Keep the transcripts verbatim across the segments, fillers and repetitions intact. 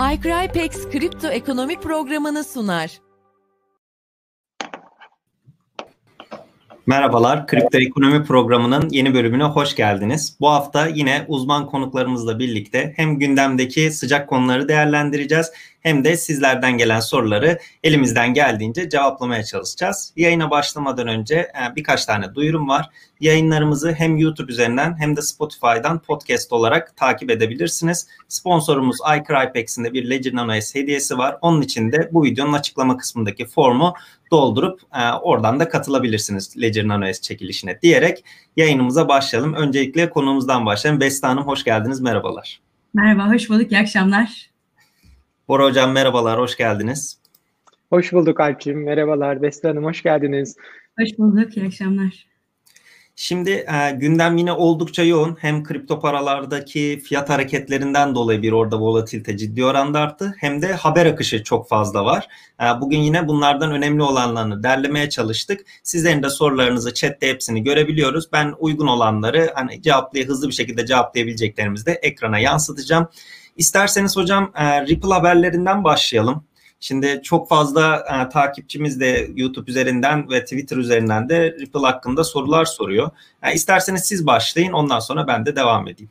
iCrypex Kripto Ekonomi Programı'nı sunar. Merhabalar, Kripto Ekonomi Programı'nın yeni bölümüne hoş geldiniz. Bu hafta yine uzman konuklarımızla birlikte hem gündemdeki sıcak konuları değerlendireceğiz hem de sizlerden gelen soruları elimizden geldiğince cevaplamaya çalışacağız. Yayına başlamadan önce birkaç tane duyurum var. Yayınlarımızı hem YouTube üzerinden hem de Spotify'dan podcast olarak takip edebilirsiniz. Sponsorumuz iCrypex'in de bir Ledger Nano S hediyesi var. Onun için de bu videonun açıklama kısmındaki formu doldurup e, oradan da katılabilirsiniz Ledger Nano S çekilişine diyerek yayınımıza başlayalım. Öncelikle konuğumuzdan başlayalım. Beste Hanım hoş geldiniz, merhabalar. Merhaba, hoş bulduk, iyi akşamlar. Bora Hocam merhabalar, hoş geldiniz. Hoş bulduk Alp'ciğim, merhabalar. Beste Hanım hoş geldiniz. Hoş bulduk, iyi akşamlar. Şimdi e, gündem yine oldukça yoğun. Hem kripto paralardaki fiyat hareketlerinden dolayı bir orada volatilite ciddi oranda arttı. Hem de haber akışı çok fazla var. E, bugün yine bunlardan önemli olanlarını derlemeye çalıştık. Sizlerin de sorularınızı chatte hepsini görebiliyoruz. Ben uygun olanları hani cevaplay hızlı bir şekilde cevaplayabileceklerimizi de ekrana yansıtacağım. İsterseniz hocam e, Ripple haberlerinden başlayalım. Şimdi çok fazla e, takipçimiz de YouTube üzerinden ve Twitter üzerinden de Ripple hakkında sorular soruyor. Yani isterseniz siz başlayın, ondan sonra ben de devam edeyim.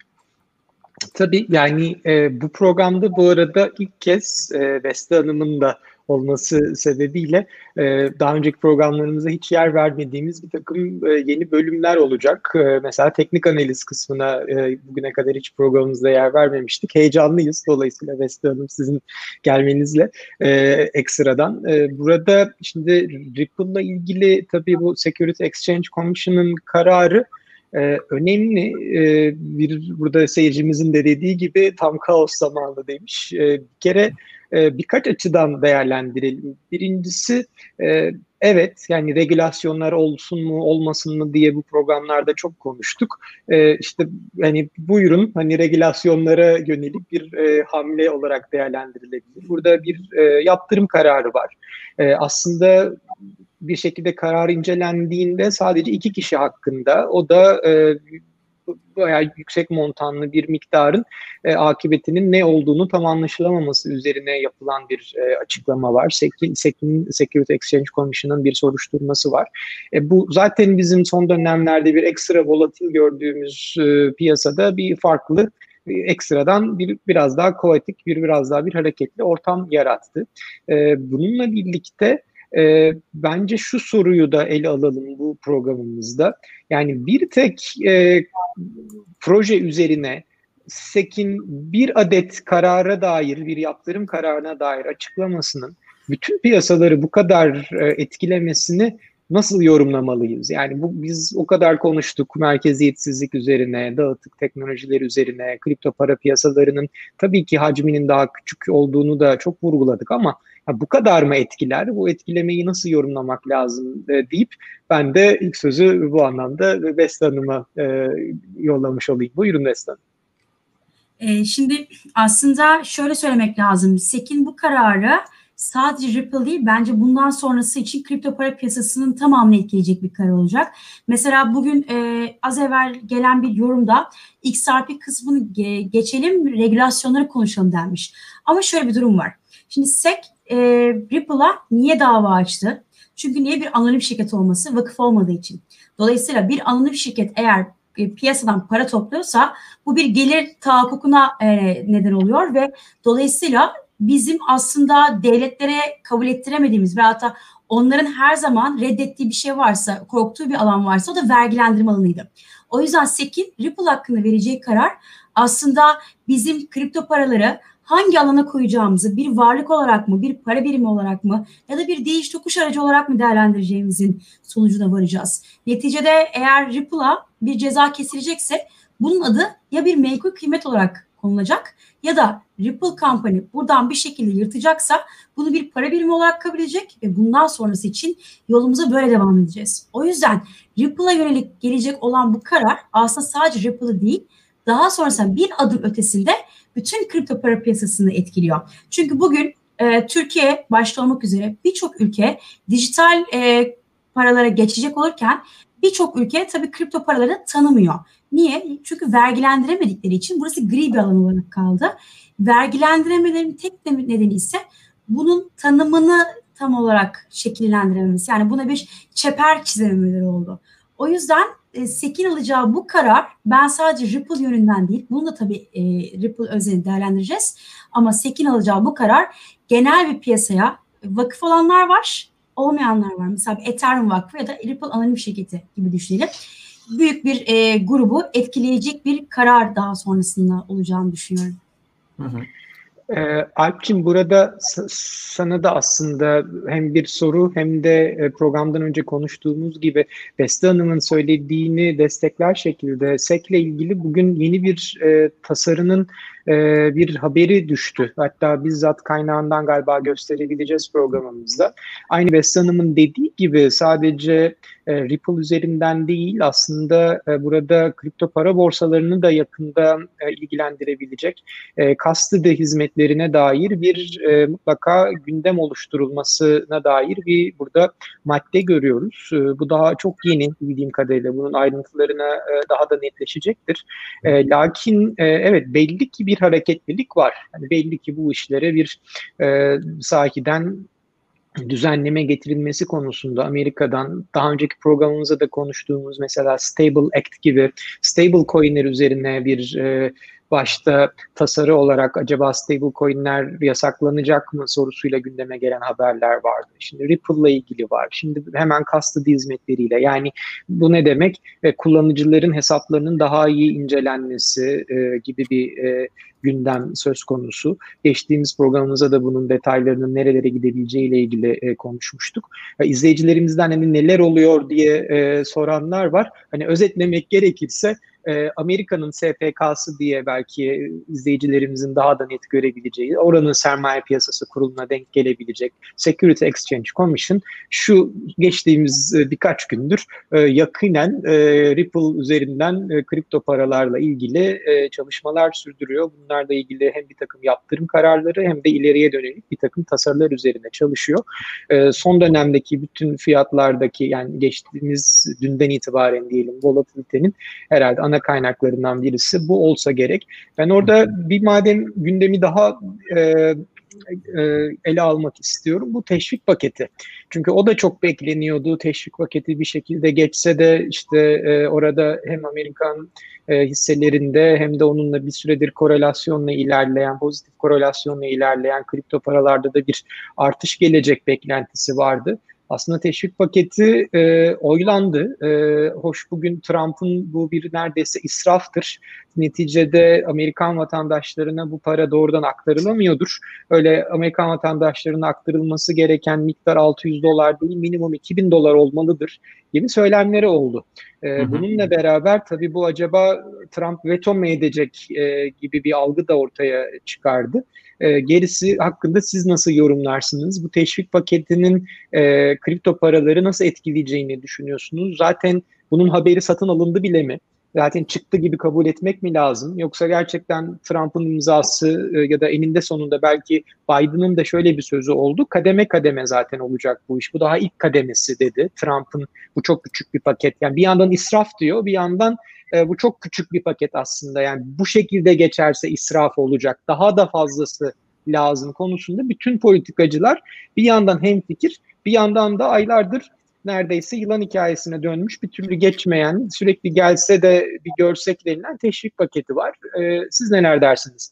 Tabii yani e, bu programda bu arada ilk kez e, Beste Hanım'ın da olması sebebiyle e, daha önceki programlarımıza hiç yer vermediğimiz bir takım e, yeni bölümler olacak. E, mesela teknik analiz kısmına e, bugüne kadar hiç programımızda yer vermemiştik. Heyecanlıyız. Dolayısıyla Beste Hanım sizin gelmenizle e, ekstradan. E, burada şimdi Ripple'la ilgili tabii bu Security Exchange Commission'ın kararı Ee, önemli. Ee, bir burada seyircimizin de dediği gibi tam kaos zamanı demiş. Ee, bir kere e, birkaç açıdan değerlendirelim. Birincisi e, evet yani regülasyonlar olsun mu olmasın mı diye bu programlarda çok konuştuk. Ee, işte hani buyurun hani regülasyonlara yönelik bir e, hamle olarak değerlendirilebilir. Burada bir e, yaptırım kararı var. E, aslında bir şekilde karar incelendiğinde sadece iki kişi hakkında, o da e, bayağı yüksek montanlı bir miktarın e, akıbetinin ne olduğunu tam anlaşılamaması üzerine yapılan bir e, açıklama var. Sekin, Sekin, Security Exchange Commission'ın bir soruşturması var. E, bu zaten bizim son dönemlerde bir ekstra volatil gördüğümüz e, piyasada bir farklı bir ekstradan bir biraz daha kaotik, bir biraz daha bir hareketli ortam yarattı. E, bununla birlikte E, bence şu soruyu da ele alalım bu programımızda. Yani bir tek e, proje üzerine Sek'in bir adet karara dair, bir yaptırım kararına dair açıklamasının bütün piyasaları bu kadar e, etkilemesini nasıl yorumlamalıyız? Yani bu biz o kadar konuştuk merkeziyetsizlik üzerine, dağıtık teknolojiler üzerine, kripto para piyasalarının tabii ki hacminin daha küçük olduğunu da çok vurguladık ama ha, bu kadar mı etkiler? Bu etkilemeyi nasıl yorumlamak lazım e, deyip ben de ilk sözü bu anlamda Beste Hanım'a e, yollamış olayım. Buyurun Beste Hanım. E, şimdi aslında şöyle söylemek lazım. Sek'in bu kararı sadece Ripple değil, bence bundan sonrası için kripto para piyasasının tamamını etkileyecek bir karar olacak. Mesela bugün e, az evvel gelen bir yorumda X R P kısmını ge- geçelim, regülasyonları konuşalım denmiş. Ama şöyle bir durum var. Şimdi Sek e, Ripple'a niye dava açtı? Çünkü niye bir anonim şirket olması? Vakıf olmadığı için. Dolayısıyla bir anonim şirket eğer e, piyasadan para topluyorsa bu bir gelir tahakkukuna e, neden oluyor ve dolayısıyla bizim aslında devletlere kabul ettiremediğimiz veyahut da onların her zaman reddettiği bir şey varsa, korktuğu bir alan varsa o da vergilendirme alanıydı. O yüzden Sek'in Ripple hakkında vereceği karar aslında bizim kripto paraları hangi alana koyacağımızı, bir varlık olarak mı, bir para birimi olarak mı ya da bir değiş tokuş aracı olarak mı değerlendireceğimizin sonucuna varacağız. Neticede eğer Ripple'a bir ceza kesilecekse bunun adı ya bir menkul kıymet olarak konulacak ya da Ripple Company buradan bir şekilde yırtacaksa bunu bir para birimi olarak kabul edecek ve bundan sonrası için yolumuza böyle devam edeceğiz. O yüzden Ripple'a yönelik gelecek olan bu karar aslında sadece Ripple'ı değil, daha sonrasında bir adım ötesinde bütün kripto para piyasasını etkiliyor. Çünkü bugün e, Türkiye başta olmak üzere birçok ülke dijital e, paralara geçecek olurken birçok ülke tabii kripto paraları tanımıyor. Niye? Çünkü vergilendiremedikleri için burası gri bir alan olarak kaldı. Vergilendiremelerin tek nedeni ise bunun tanımını tam olarak şekillendirememesi. Yani buna bir çeper çizememeleri oldu. O yüzden e, S E C'in alacağı bu karar, ben sadece Ripple yönünden değil, bunu da tabii e, Ripple özelinde değerlendireceğiz. Ama S E C'in alacağı bu karar genel bir piyasaya, vakıf olanlar var, olmayanlar var. Mesela Ethereum Vakfı ya da Ripple Anonim Şirketi gibi düşünelim. Büyük bir e, grubu etkileyecek bir karar daha sonrasında olacağını düşünüyorum. Hı hı. E, Alp'ciğim, burada sana da aslında hem bir soru hem de programdan önce konuştuğumuz gibi Beste Hanım'ın söylediğini destekler şekilde S E C ile ilgili bugün yeni bir e, tasarının e, bir haberi düştü. Hatta bizzat kaynağından galiba gösterebileceğiz programımızda. Aynı Beste Hanım'ın dediği gibi sadece e, Ripple üzerinden değil, aslında e, burada kripto para borsalarını da yakında e, ilgilendirebilecek e, custody hizmetlerine dair bir e, mutlaka gündem oluşturulmasına dair bir burada madde görüyoruz. E, bu daha çok yeni bildiğim kadarıyla, bunun ayrıntılarına e, daha da netleşecektir. E, lakin e, evet, belli ki bir hareketlilik var. Yani belli ki bu işlere bir e, sahiden düzenleme getirilmesi konusunda Amerika'dan daha önceki programımızda da konuştuğumuz mesela Stable Act gibi stable coinler üzerine bir e, başta tasarı olarak acaba stable coinler yasaklanacak mı sorusuyla gündeme gelen haberler vardı. Şimdi Ripple'la ilgili var. Şimdi hemen custody hizmetleriyle, yani bu ne demek? E, kullanıcıların hesaplarının daha iyi incelenmesi e, gibi bir e, gündem söz konusu. Geçtiğimiz programımızda da bunun detaylarının nerelere gidebileceğiyle ilgili e, konuşmuştuk. E, izleyicilerimizden hani neler oluyor diye e, soranlar var. Hani özetlemek gerekirse e, Amerika'nın S P K'sı diye belki izleyicilerimizin daha da net görebileceği, oranın sermaye piyasası kuruluna denk gelebilecek Security Exchange Commission şu geçtiğimiz e, birkaç gündür e, yakinen e, Ripple üzerinden e, kripto paralarla ilgili e, çalışmalar sürdürüyor. Bunlarla ilgili hem bir takım yaptırım kararları hem de ileriye dönelik bir takım tasarılar üzerine çalışıyor. E, son dönemdeki bütün fiyatlardaki, yani geçtiğimiz dünden itibaren diyelim, volatilitenin herhalde ana kaynaklarından birisi bu olsa gerek. Ben orada bir madem gündemi daha e, e, ele almak istiyorum. Bu teşvik paketi. Çünkü o da çok bekleniyordu. Teşvik paketi bir şekilde geçse de işte e, orada hem Amerikan e, hisselerinde hem de onunla bir süredir korelasyonla ilerleyen, pozitif korelasyonla ilerleyen kripto paralarda da bir artış gelecek beklentisi vardı. Aslında teşvik paketi e, oylandı. E, hoş bugün Trump'ın bu bir neredeyse israftır. Neticede Amerikan vatandaşlarına bu para doğrudan aktarılamıyordur. Öyle Amerikan vatandaşlarına aktarılması gereken miktar altı yüz dolar değil, minimum iki bin dolar olmalıdır gibi söylemleri oldu. E, hı hı. Bununla beraber tabii bu acaba Trump veto mu edecek e, gibi bir algı da ortaya çıkardı. E, gerisi hakkında siz nasıl yorumlarsınız? Bu teşvik paketinin e, kripto paraları nasıl etkileyeceğini düşünüyorsunuz? Zaten bunun haberi satın alındı bile mi? Zaten çıktı gibi kabul etmek mi lazım? Yoksa gerçekten Trump'ın imzası e, ya da eninde sonunda belki Biden'ın da şöyle bir sözü oldu. Kademe kademe zaten olacak bu iş. Bu daha ilk kademesi dedi. Trump'ın bu çok küçük bir paket. Yani bir yandan israf diyor, bir yandan e, bu çok küçük bir paket aslında. Yani bu şekilde geçerse israf olacak. Daha da fazlası lazım konusunda bütün politikacılar bir yandan hemfikir, bir yandan da aylardır neredeyse yılan hikayesine dönmüş, bir türlü geçmeyen, sürekli gelse de bir görsek denilen teşvik paketi var. Ee, siz neler dersiniz?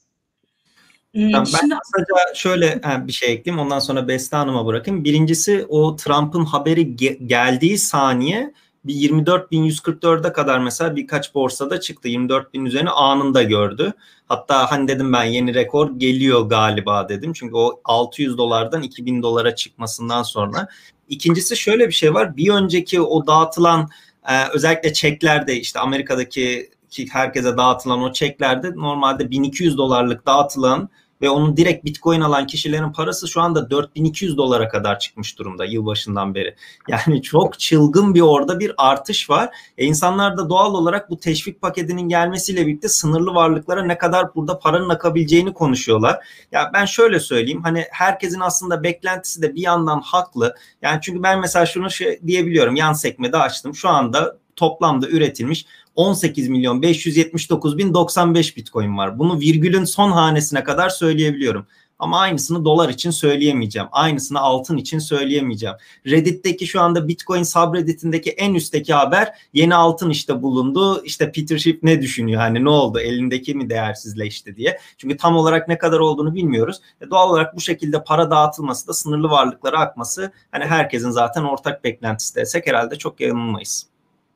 Ee, tamam, ben şimdi... kısaca şöyle bir şey ekleyeyim, ondan sonra Beste Hanım'a bırakayım. Birincisi, o Trump'ın haberi ge- geldiği saniye bir yirmi dört bin yüz kırk dörde kadar mesela birkaç borsada çıktı. yirmi dört bin üzerine anında gördü. Hatta hani dedim ben yeni rekor geliyor galiba dedim. Çünkü o altı yüz dolardan iki bin dolara çıkmasından sonra. İkincisi şöyle bir şey var. Bir önceki o dağıtılan e, özellikle çeklerde, işte Amerika'daki herkese dağıtılan o çeklerde normalde bin iki yüz dolarlık dağıtılan ve onun direkt Bitcoin alan kişilerin parası şu anda dört bin iki yüz dolara kadar çıkmış durumda yılbaşından beri. Yani çok çılgın bir orada bir artış var. E insanlar da doğal olarak bu teşvik paketinin gelmesiyle birlikte sınırlı varlıklara ne kadar burada paranın akabileceğini konuşuyorlar. Ya ben şöyle söyleyeyim, hani herkesin aslında beklentisi de bir yandan haklı. Yani çünkü ben mesela şunu şey diyebiliyorum, yan sekmede açtım. Şu anda toplamda üretilmiş on sekiz milyon beş yüz yetmiş dokuz bin doksan beş Bitcoin var. Bunu virgülün son hanesine kadar söyleyebiliyorum. Ama aynısını dolar için söyleyemeyeceğim. Aynısını altın için söyleyemeyeceğim. Reddit'teki şu anda Bitcoin subreddit'indeki en üstteki haber yeni altın işte bulundu. İşte Peter Schiff ne düşünüyor? Hani ne oldu? Elindeki mi değersizleşti diye. Çünkü tam olarak ne kadar olduğunu bilmiyoruz. E doğal olarak bu şekilde para dağıtılması da sınırlı varlıklara akması hani herkesin zaten ortak beklentisi desek herhalde çok yanılmayız.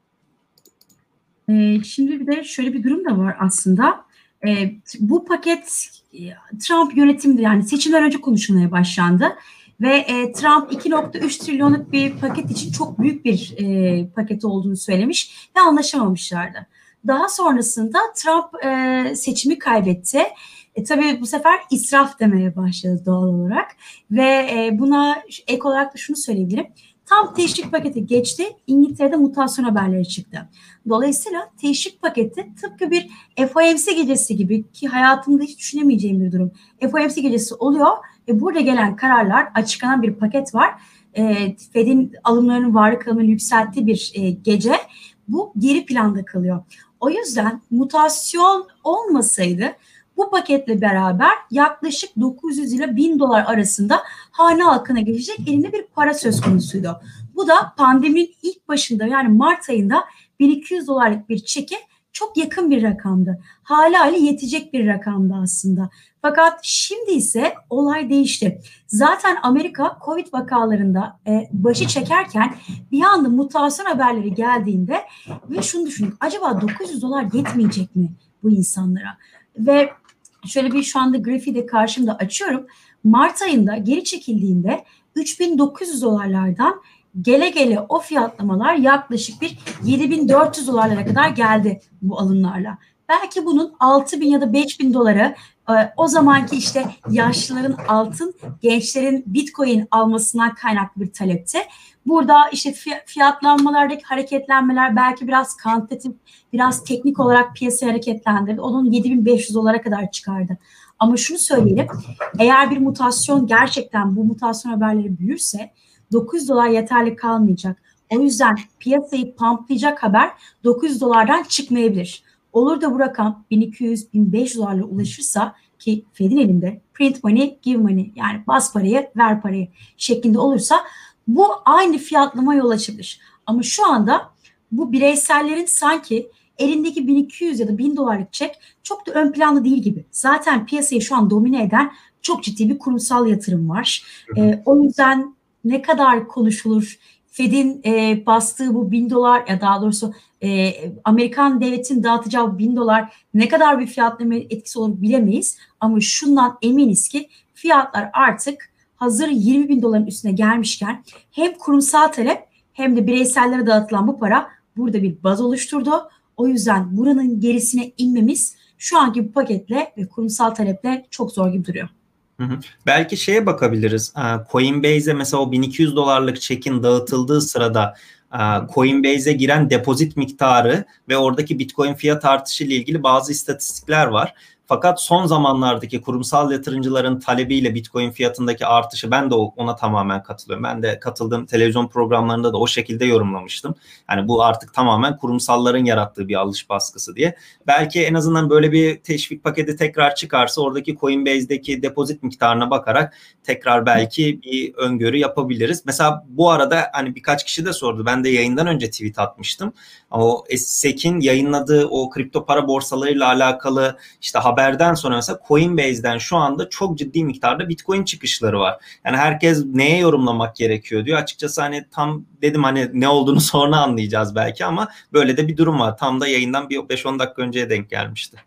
Ee, şimdi bir de şöyle bir durum da var aslında. Ee, bu paket Trump yönetimde yani seçimler önce konuşulmaya başlandı ve e, Trump iki nokta üç trilyonluk bir paket için çok büyük bir e, paket olduğunu söylemiş ve anlaşamamışlardı. Daha sonrasında Trump e, seçimi kaybetti. E, tabii bu sefer israf demeye başladı doğal olarak ve e, buna ek olarak da şunu söyleyebilirim. Tam teşvik paketi geçti. İngiltere'de mutasyon haberleri çıktı. Dolayısıyla teşvik paketi tıpkı bir F O M C gecesi gibi ki hayatımda hiç düşünemeyeceğim bir durum. F O M C gecesi oluyor ve burada gelen kararlar açıklanan bir paket var. E, Fed'in alımlarının varlık alımını yükselttiği bir e, gece bu geri planda kalıyor. O yüzden mutasyon olmasaydı bu paketle beraber yaklaşık dokuz yüz ile bin dolar arasında hane halkına geçecek elinde bir para söz konusuydu. Bu da pandeminin ilk başında yani Mart ayında bin iki yüz dolarlık bir çeke çok yakın bir rakamdı. Hala hali yetecek bir rakamdı aslında. Fakat şimdi ise olay değişti. Zaten Amerika Covid vakalarında e, başı çekerken bir anda mutasyon haberleri geldiğinde ve şunu düşündük. Acaba dokuz yüz dolar yetmeyecek mi bu insanlara? Ve şöyle bir şu anda grafiği de karşımda açıyorum. Mart ayında geri çekildiğinde üç bin dokuz yüz dolarlardan gele gele o fiyatlamalar yaklaşık bir yedi bin dört yüz dolarlara kadar geldi bu alımlarla. Belki bunun altı bin ya da beş bin doları o zamanki işte yaşlıların altın, gençlerin Bitcoin almasından kaynaklı bir talepti. Burada işte fiyatlanmalardaki hareketlenmeler belki biraz kantitatif, biraz teknik olarak piyasayı hareketlendirdi. Onun yedi bin beş yüz dolara kadar çıkardı. Ama şunu söyleyelim, eğer bir mutasyon gerçekten bu mutasyon haberleri büyürse dokuz yüz dolar yeterli kalmayacak. O yüzden piyasayı pumplayacak haber dokuz yüz dolardan çıkmayabilir. Olur da bu rakam bin iki yüz bin beş yüz dolarla ulaşırsa ki Fed'in elinde print money, give money yani bas parayı, ver parayı şeklinde olursa bu aynı fiyatlama yol açabilir. Ama şu anda bu bireysellerin sanki elindeki bin iki yüz ya da bin dolarlık çek çok da ön planda değil gibi. Zaten piyasayı şu an domine eden çok ciddi bir kurumsal yatırım var. Ee, o yüzden ne kadar konuşulur, Fed'in e, bastığı bu bin dolar ya daha doğrusu e, Amerikan devletin dağıtacağı bu bin dolar ne kadar bir fiyatlama etkisi olur bilemeyiz. Ama şundan eminiz ki fiyatlar artık hazır yirmi bin doların üstüne gelmişken hem kurumsal talep hem de bireysellere dağıtılan bu para burada bir baz oluşturdu. O yüzden buranın gerisine inmemiz şu anki bu paketle ve kurumsal taleple çok zor gibi duruyor. Hı hı. Belki şeye bakabiliriz. Coinbase'e mesela o bin iki yüz dolarlık çekin dağıtıldığı sırada Coinbase'e giren depozit miktarı ve oradaki Bitcoin fiyat artışı ile ilgili bazı istatistikler var. Fakat son zamanlardaki kurumsal yatırımcıların talebiyle Bitcoin fiyatındaki artışı ben de ona tamamen katılıyorum. Ben de katıldığım televizyon programlarında da o şekilde yorumlamıştım. Yani bu artık tamamen kurumsalların yarattığı bir alış baskısı diye. Belki en azından böyle bir teşvik paketi tekrar çıkarsa oradaki Coinbase'deki depozit miktarına bakarak tekrar belki bir öngörü yapabiliriz. Mesela bu arada hani birkaç kişi de sordu. Ben de yayından önce tweet atmıştım. O S E C'in yayınladığı o kripto para borsalarıyla alakalı işte haberden sonra mesela Coinbase'den şu anda çok ciddi miktarda Bitcoin çıkışları var. Yani herkes neye yorumlamak gerekiyor diyor. Açıkçası hani tam dedim hani ne olduğunu sonra anlayacağız belki ama böyle de bir durum var. Tam da yayından bir beş on dakika önceye denk gelmişti.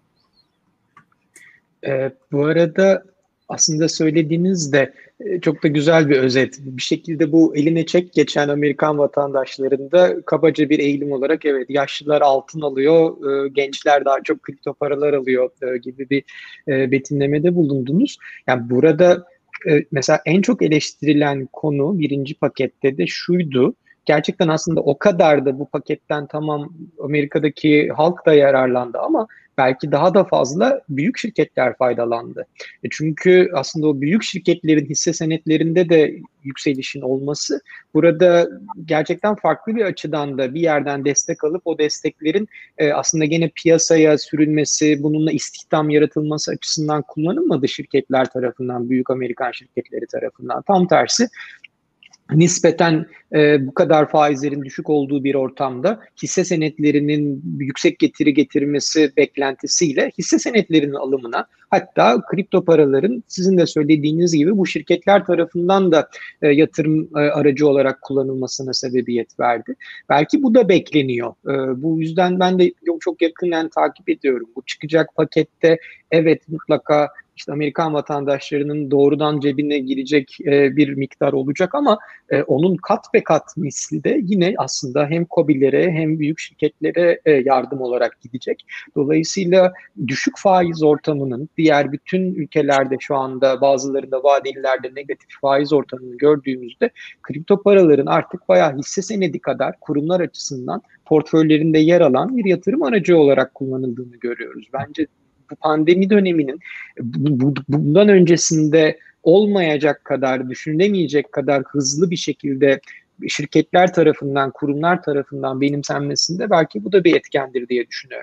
Ee, bu arada aslında söylediğiniz de çok da güzel bir özet. Bir şekilde bu eline çek geçen Amerikan vatandaşlarında kabaca bir eğilim olarak evet yaşlılar altın alıyor, gençler daha çok kripto paralar alıyor gibi bir betimlemede bulundunuz. Yani burada mesela en çok eleştirilen konu birinci pakette de şuydu. Gerçekten aslında o kadar da bu paketten tamam Amerika'daki halk da yararlandı ama belki daha da fazla büyük şirketler faydalandı. E çünkü aslında o büyük şirketlerin hisse senetlerinde de yükselişin olması burada gerçekten farklı bir açıdan da bir yerden destek alıp o desteklerin e, aslında gene piyasaya sürülmesi, bununla istihdam yaratılması açısından kullanılmadı şirketler tarafından, büyük Amerikan şirketleri tarafından. Tam tersi, nispeten e, bu kadar faizlerin düşük olduğu bir ortamda hisse senetlerinin yüksek getiri getirmesi beklentisiyle hisse senetlerinin alımına, hatta kripto paraların sizin de söylediğiniz gibi bu şirketler tarafından da e, yatırım e, aracı olarak kullanılmasına sebebiyet verdi. Belki bu da bekleniyor. E, bu yüzden ben de çok yakından takip ediyorum. Bu çıkacak pakette evet mutlaka İşte Amerikan vatandaşlarının doğrudan cebine girecek e, bir miktar olacak ama e, onun kat ve kat misli de yine aslında hem KOBİ'lere hem büyük şirketlere e, yardım olarak gidecek. Dolayısıyla düşük faiz ortamının diğer bütün ülkelerde şu anda bazılarında vadelilerde negatif faiz ortamını gördüğümüzde kripto paraların artık bayağı hisse senedi kadar kurumlar açısından portföylerinde yer alan bir yatırım aracı olarak kullanıldığını görüyoruz. Bence bu pandemi döneminin bundan öncesinde olmayacak kadar, düşünülemeyecek kadar hızlı bir şekilde şirketler tarafından, kurumlar tarafından benimsenmesinde belki bu da bir etkendir diye düşünüyorum.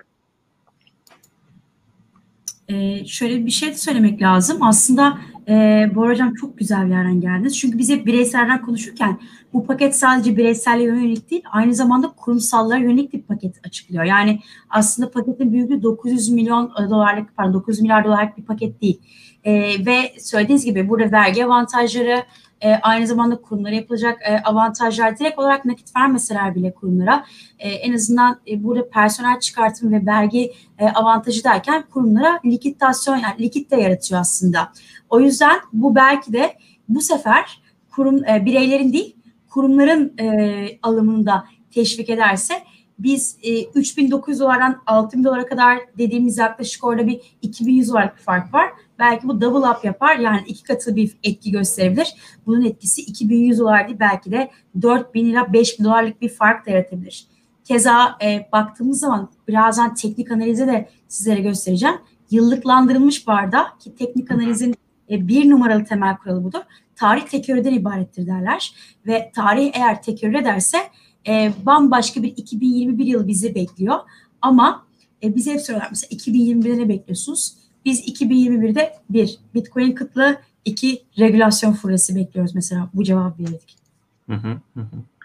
Ee, şöyle bir şey de söylemek lazım. Aslında e, Bora Hocam çok güzel bir yerden geldiniz. Çünkü biz hep bireyselden konuşurken bu paket sadece bireyselle yönelik değil, aynı zamanda kurumsallara yönelik bir paket açıklıyor. Yani aslında paketin büyüklüğü dokuz yüz milyon dolarlık, pardon dokuz yüz milyar dolarlık bir paket değil. E, ve söylediğiniz gibi burada vergi avantajları, E, aynı zamanda kurumlara yapılacak e, avantajlar, direkt olarak nakit vermeseler bile kurumlara e, en azından e, burada personel çıkartımı ve vergi e, avantajı derken kurumlara likitasyon, yani likit de yaratıyor aslında. O yüzden bu belki de bu sefer kurum e, bireylerin değil kurumların e, alımını da teşvik ederse biz e, üç bin dokuz yüz dolardan altı bin dolara kadar dediğimiz yaklaşık orada bir iki bin yüz dolarlık bir fark var. Belki bu double up yapar, yani iki katı bir etki gösterebilir. Bunun etkisi iki bin yüz dolar değil, belki de dört bin ila beş bin dolarlık bir fark da yaratabilir. Keza e, baktığımız zaman birazdan teknik analize de sizlere göstereceğim. Yıllıklandırılmış barda, ki teknik analizin e, bir numaralı temel kuralı budur. Tarih tekerrürden ibarettir derler ve tarih eğer tekerrür ederse e, bambaşka bir iki bin yirmi bir yılı bizi bekliyor. Ama e, biz hep soruyorlar mesela iki bin yirmi birde ne bekliyorsunuz? Biz iki bin yirmi birde bir Bitcoin kıtlığı, iki regülasyon furyası bekliyoruz mesela. Bu cevabı verdik. Hı hı hı.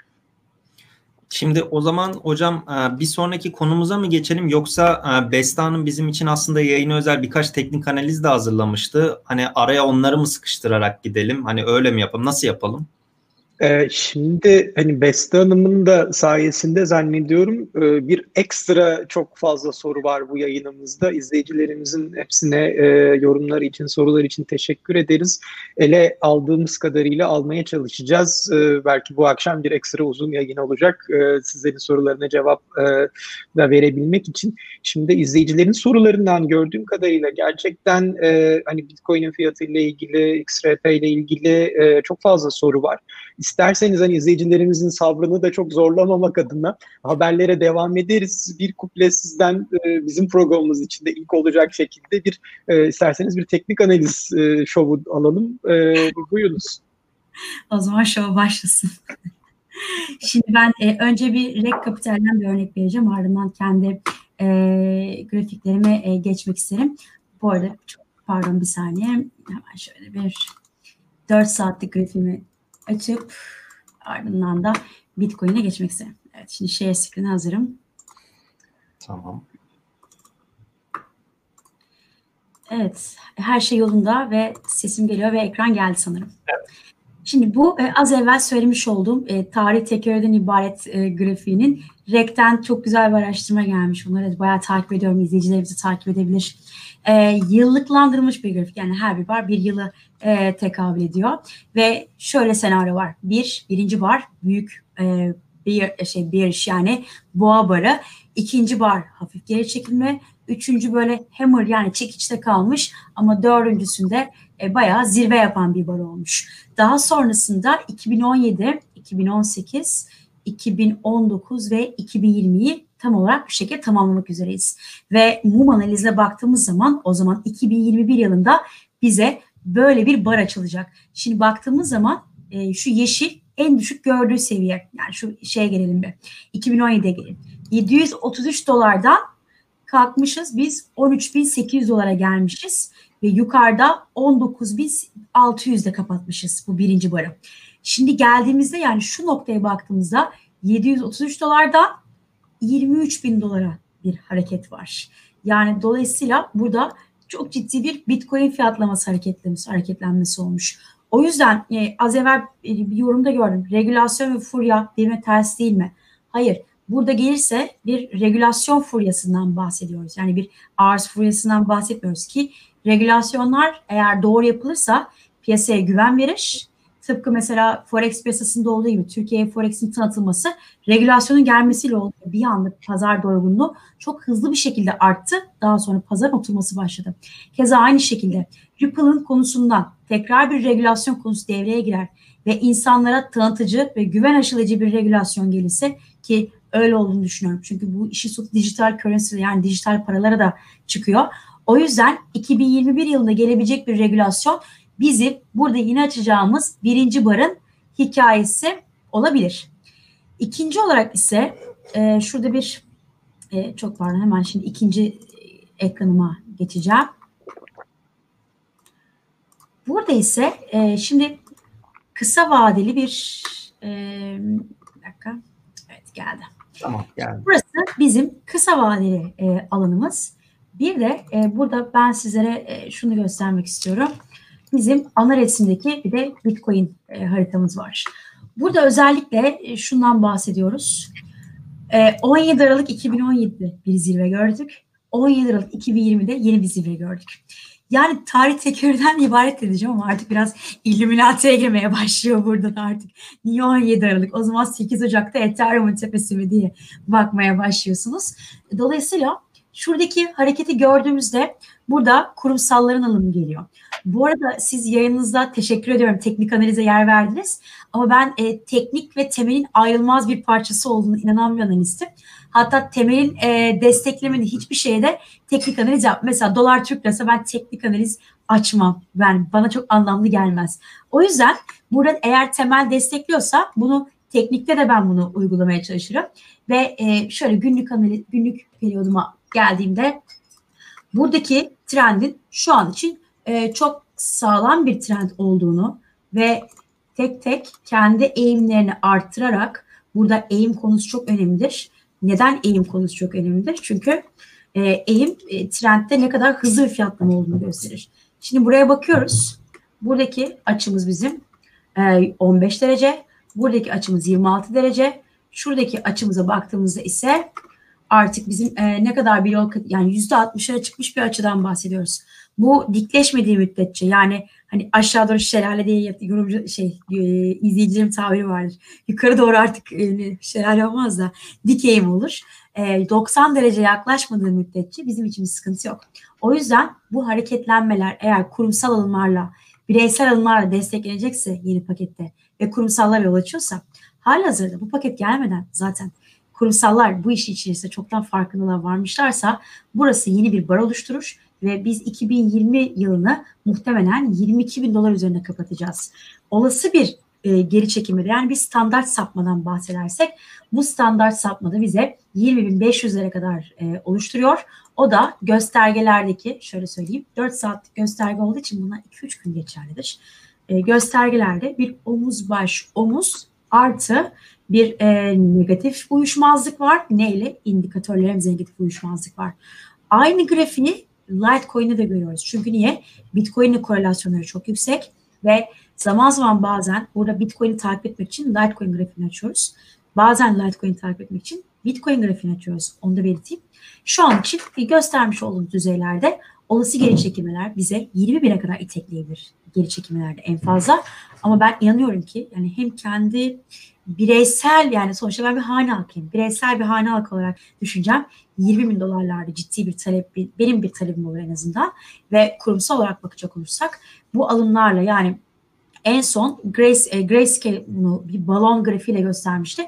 Şimdi o zaman hocam bir sonraki konumuza mı geçelim, yoksa Beste Hanım bizim için aslında yayına özel birkaç teknik analiz de hazırlamıştı. Hani araya onları mı sıkıştırarak gidelim? Hani öyle mi yapalım? Nasıl yapalım? Ee, şimdi hani Beste Hanım'ın da sayesinde zannediyorum e, bir ekstra çok fazla soru var bu yayınımızda. İzleyicilerimizin hepsine e, yorumları için, sorular için teşekkür ederiz. Ele aldığımız kadarıyla almaya çalışacağız. E, belki bu akşam bir ekstra uzun yayın olacak. E, sizlerin sorularına cevap e, da verebilmek için. Şimdi izleyicilerin sorularından gördüğüm kadarıyla gerçekten e, hani Bitcoin'in fiyatıyla ilgili, X R P ile ilgili e, çok fazla soru var. İsterseniz hani izleyicilerimizin sabrını da çok zorlamamak adına haberlere devam ederiz. Bir kuple sizden e, bizim programımız içinde ilk olacak şekilde bir e, isterseniz bir teknik analiz e, şovu alalım. E, buyurunuz. O zaman şov başlasın. Şimdi ben e, önce bir R E K Kapital'den bir örnek vereceğim. Ardından kendi e, grafiklerime e, geçmek isterim. Bu arada çok pardon bir saniye. Hemen şöyle bir dört saatlik grafiğimi açıp ardından da Bitcoin'e geçmek isterim. Evet, şimdi share screen'e hazırım. Tamam. Evet, her şey yolunda ve sesim geliyor ve ekran geldi sanırım. Evet. Şimdi bu e, az evvel söylemiş olduğum e, tarih tekerrürden ibaret e, grafiğinin R E K'ten çok güzel bir araştırma gelmiş. Bunları bayağı takip ediyorum. İzleyicilerimizi takip edebilir. E, yıllıklandırılmış bir grafik. Yani her bir bar bir yılı e, tekabül ediyor. Ve şöyle senaryo var. Bir, birinci bar büyük e, bir şey bir iş yani boğa barı. İkinci bar hafif geri çekilme. Üçüncü böyle hammer yani çekiçte kalmış ama dördüncüsünde e, bayağı zirve yapan bir bar olmuş. Daha sonrasında iki bin on yedi, iki bin on sekiz, iki bin on dokuz ve iki bin yirmiyi tam olarak bir şekilde tamamlamak üzereyiz. Ve mum analizine baktığımız zaman o zaman iki bin yirmi bir yılında bize böyle bir bar açılacak. Şimdi baktığımız zaman e, şu yeşil en düşük gördüğü seviye. Yani şu şeye gelelim bir. iki bin on yediye gelelim. yedi yüz otuz üç dolardan kalkmışız. Biz on üç bin sekiz yüz dolara gelmişiz. Ve yukarıda on dokuz bin altı yüzde kapatmışız bu birinci barı. Şimdi geldiğimizde yani şu noktaya baktığımızda yedi yüz otuz üç dolardan yirmi üç bin dolara bir hareket var. Yani dolayısıyla burada çok ciddi bir Bitcoin fiyatlaması hareketlenmesi, hareketlenmesi olmuş. O yüzden e, az evvel e, bir yorumda gördüm. Regülasyon ve furya birbirine ters değil mi? Hayır. Burada gelirse bir regülasyon furyasından bahsediyoruz. Yani bir arz furyasından bahsetmiyoruz ki regülasyonlar eğer doğru yapılırsa piyasaya güven verir. Tıpkı mesela Forex piyasasında olduğu gibi Türkiye'ye Forex'in tanıtılması regülasyonun gelmesiyle oldu. Bir anlık pazar doygunluğu çok hızlı bir şekilde arttı. Daha sonra pazarın oturması başladı. Keza aynı şekilde Ripple'ın konusundan tekrar bir regülasyon konusu devreye girer ve insanlara tanıtıcı ve güven aşılayıcı bir regülasyon gelirse ki öyle olduğunu düşünüyorum. Çünkü bu işi tut dijital currency yani dijital paralara da çıkıyor. O yüzden iki bin yirmi bir yılında gelebilecek bir regülasyon bizim burada yine açacağımız birinci barın hikayesi olabilir. İkinci olarak ise e, şurada bir e, çok pardon hemen şimdi ikinci ekranıma geçeceğim. Burada ise e, şimdi kısa vadeli bir e, bir dakika evet geldi. Tamam geldi. Burası bizim kısa vadeli e, alanımız. Bir de e, burada ben sizlere e, şunu göstermek istiyorum. Bizim ana resimdeki bir de Bitcoin e, haritamız var. Burada özellikle e, şundan bahsediyoruz. E, on yedi Aralık iki bin on yedi'de bir zirve gördük. on yedi Aralık iki bin yirmi'de yeni bir zirve gördük. Yani tarih tekrardan ibaret edeceğim ama artık biraz Illuminati'ye girmeye başlıyor burada da artık. Niye on yedi Aralık? O zaman sekiz Ocak'ta Ethereum'un tepesi mi diye bakmaya başlıyorsunuz. Dolayısıyla şuradaki hareketi gördüğümüzde burada kurumsalların alımı geliyor. Bu arada siz yayınınızda teşekkür ediyorum. Teknik analize yer verdiniz. Ama ben e, teknik ve temelin ayrılmaz bir parçası olduğunu inanan bir analistim. Hatta temelin e, desteklemediği hiçbir şeyde teknik analiz yap. Mesela dolar Türk lirası ben teknik analiz açmam. Yani bana çok anlamlı gelmez. O yüzden burada eğer temel destekliyorsa bunu teknikte de ben bunu uygulamaya çalışırım. Ve e, şöyle günlük analiz, günlük periyoduma geldiğimde buradaki trendin şu an için e, çok sağlam bir trend olduğunu ve tek tek kendi eğimlerini arttırarak burada eğim konusu çok önemlidir. Neden eğim konusu çok önemlidir? Çünkü e, eğim e, trendde ne kadar hızlı bir fiyatlama olduğunu gösterir. Şimdi buraya bakıyoruz. Buradaki açımız bizim e, on beş derece. Buradaki açımız yirmi altı derece. Şuradaki açımıza baktığımızda ise artık bizim e, ne kadar bir yol yani yüzde altmış'a çıkmış bir açıdan bahsediyoruz. Bu dikleşmediği müddetçe yani hani aşağı doğru şelale diye yorumcu şey e, izleyicilerin tabiri vardır. Yukarı doğru artık e, şelale olmaz da dik eğim olur. E, doksan derece yaklaşmadığı müddetçe bizim için bir sıkıntı yok. O yüzden bu hareketlenmeler eğer kurumsal alımlarla bireysel alımlarla desteklenecekse yeni pakette ve kurumsallar yol açıyorsa halihazırda bu paket gelmeden zaten kurumsallar bu işi içerisinde çoktan farkındalar varmışlarsa burası yeni bir bar oluşturur ve biz iki bin yirmi yılını muhtemelen yirmi iki bin dolar üzerine kapatacağız. Olası bir e, geri çekimde yani bir standart sapmadan bahsedersek bu standart sapmada bize yirmi bin beş yüzlere kadar e, oluşturuyor. O da göstergelerdeki şöyle söyleyeyim dört saatlik gösterge olduğu için bunlar iki üç gün geçerlidir. E, göstergelerde bir omuz baş omuz artı bir e, negatif uyuşmazlık var. Neyle? İndikatörlerimiz negatif uyuşmazlık var. Aynı grafiği Litecoin'de de görüyoruz. Çünkü niye? Bitcoin'le korelasyonları çok yüksek ve zaman zaman bazen burada Bitcoin'i takip etmek için Litecoin grafiğini açıyoruz. Bazen Litecoin'i takip etmek için Bitcoin grafiğini açıyoruz. Onu da belirteyim. Şu an için göstermiş olduğumuz düzeylerde olası geri çekilmeler bize yirmi bine kadar itekleyebilir. Geri çekilmelerde en fazla. Ama ben inanıyorum ki yani hem kendi bireysel yani sonuçta ben bir hane halkıyım. Bireysel bir hane halkı olarak düşüneceğim. yirmi bin dolarlarda ciddi bir talep, benim bir talebim olur en azından. Ve kurumsal olarak bakacak olursak bu alımlarla yani en son Grace, e, Grayscale bunu bir balon grafiğiyle göstermişti.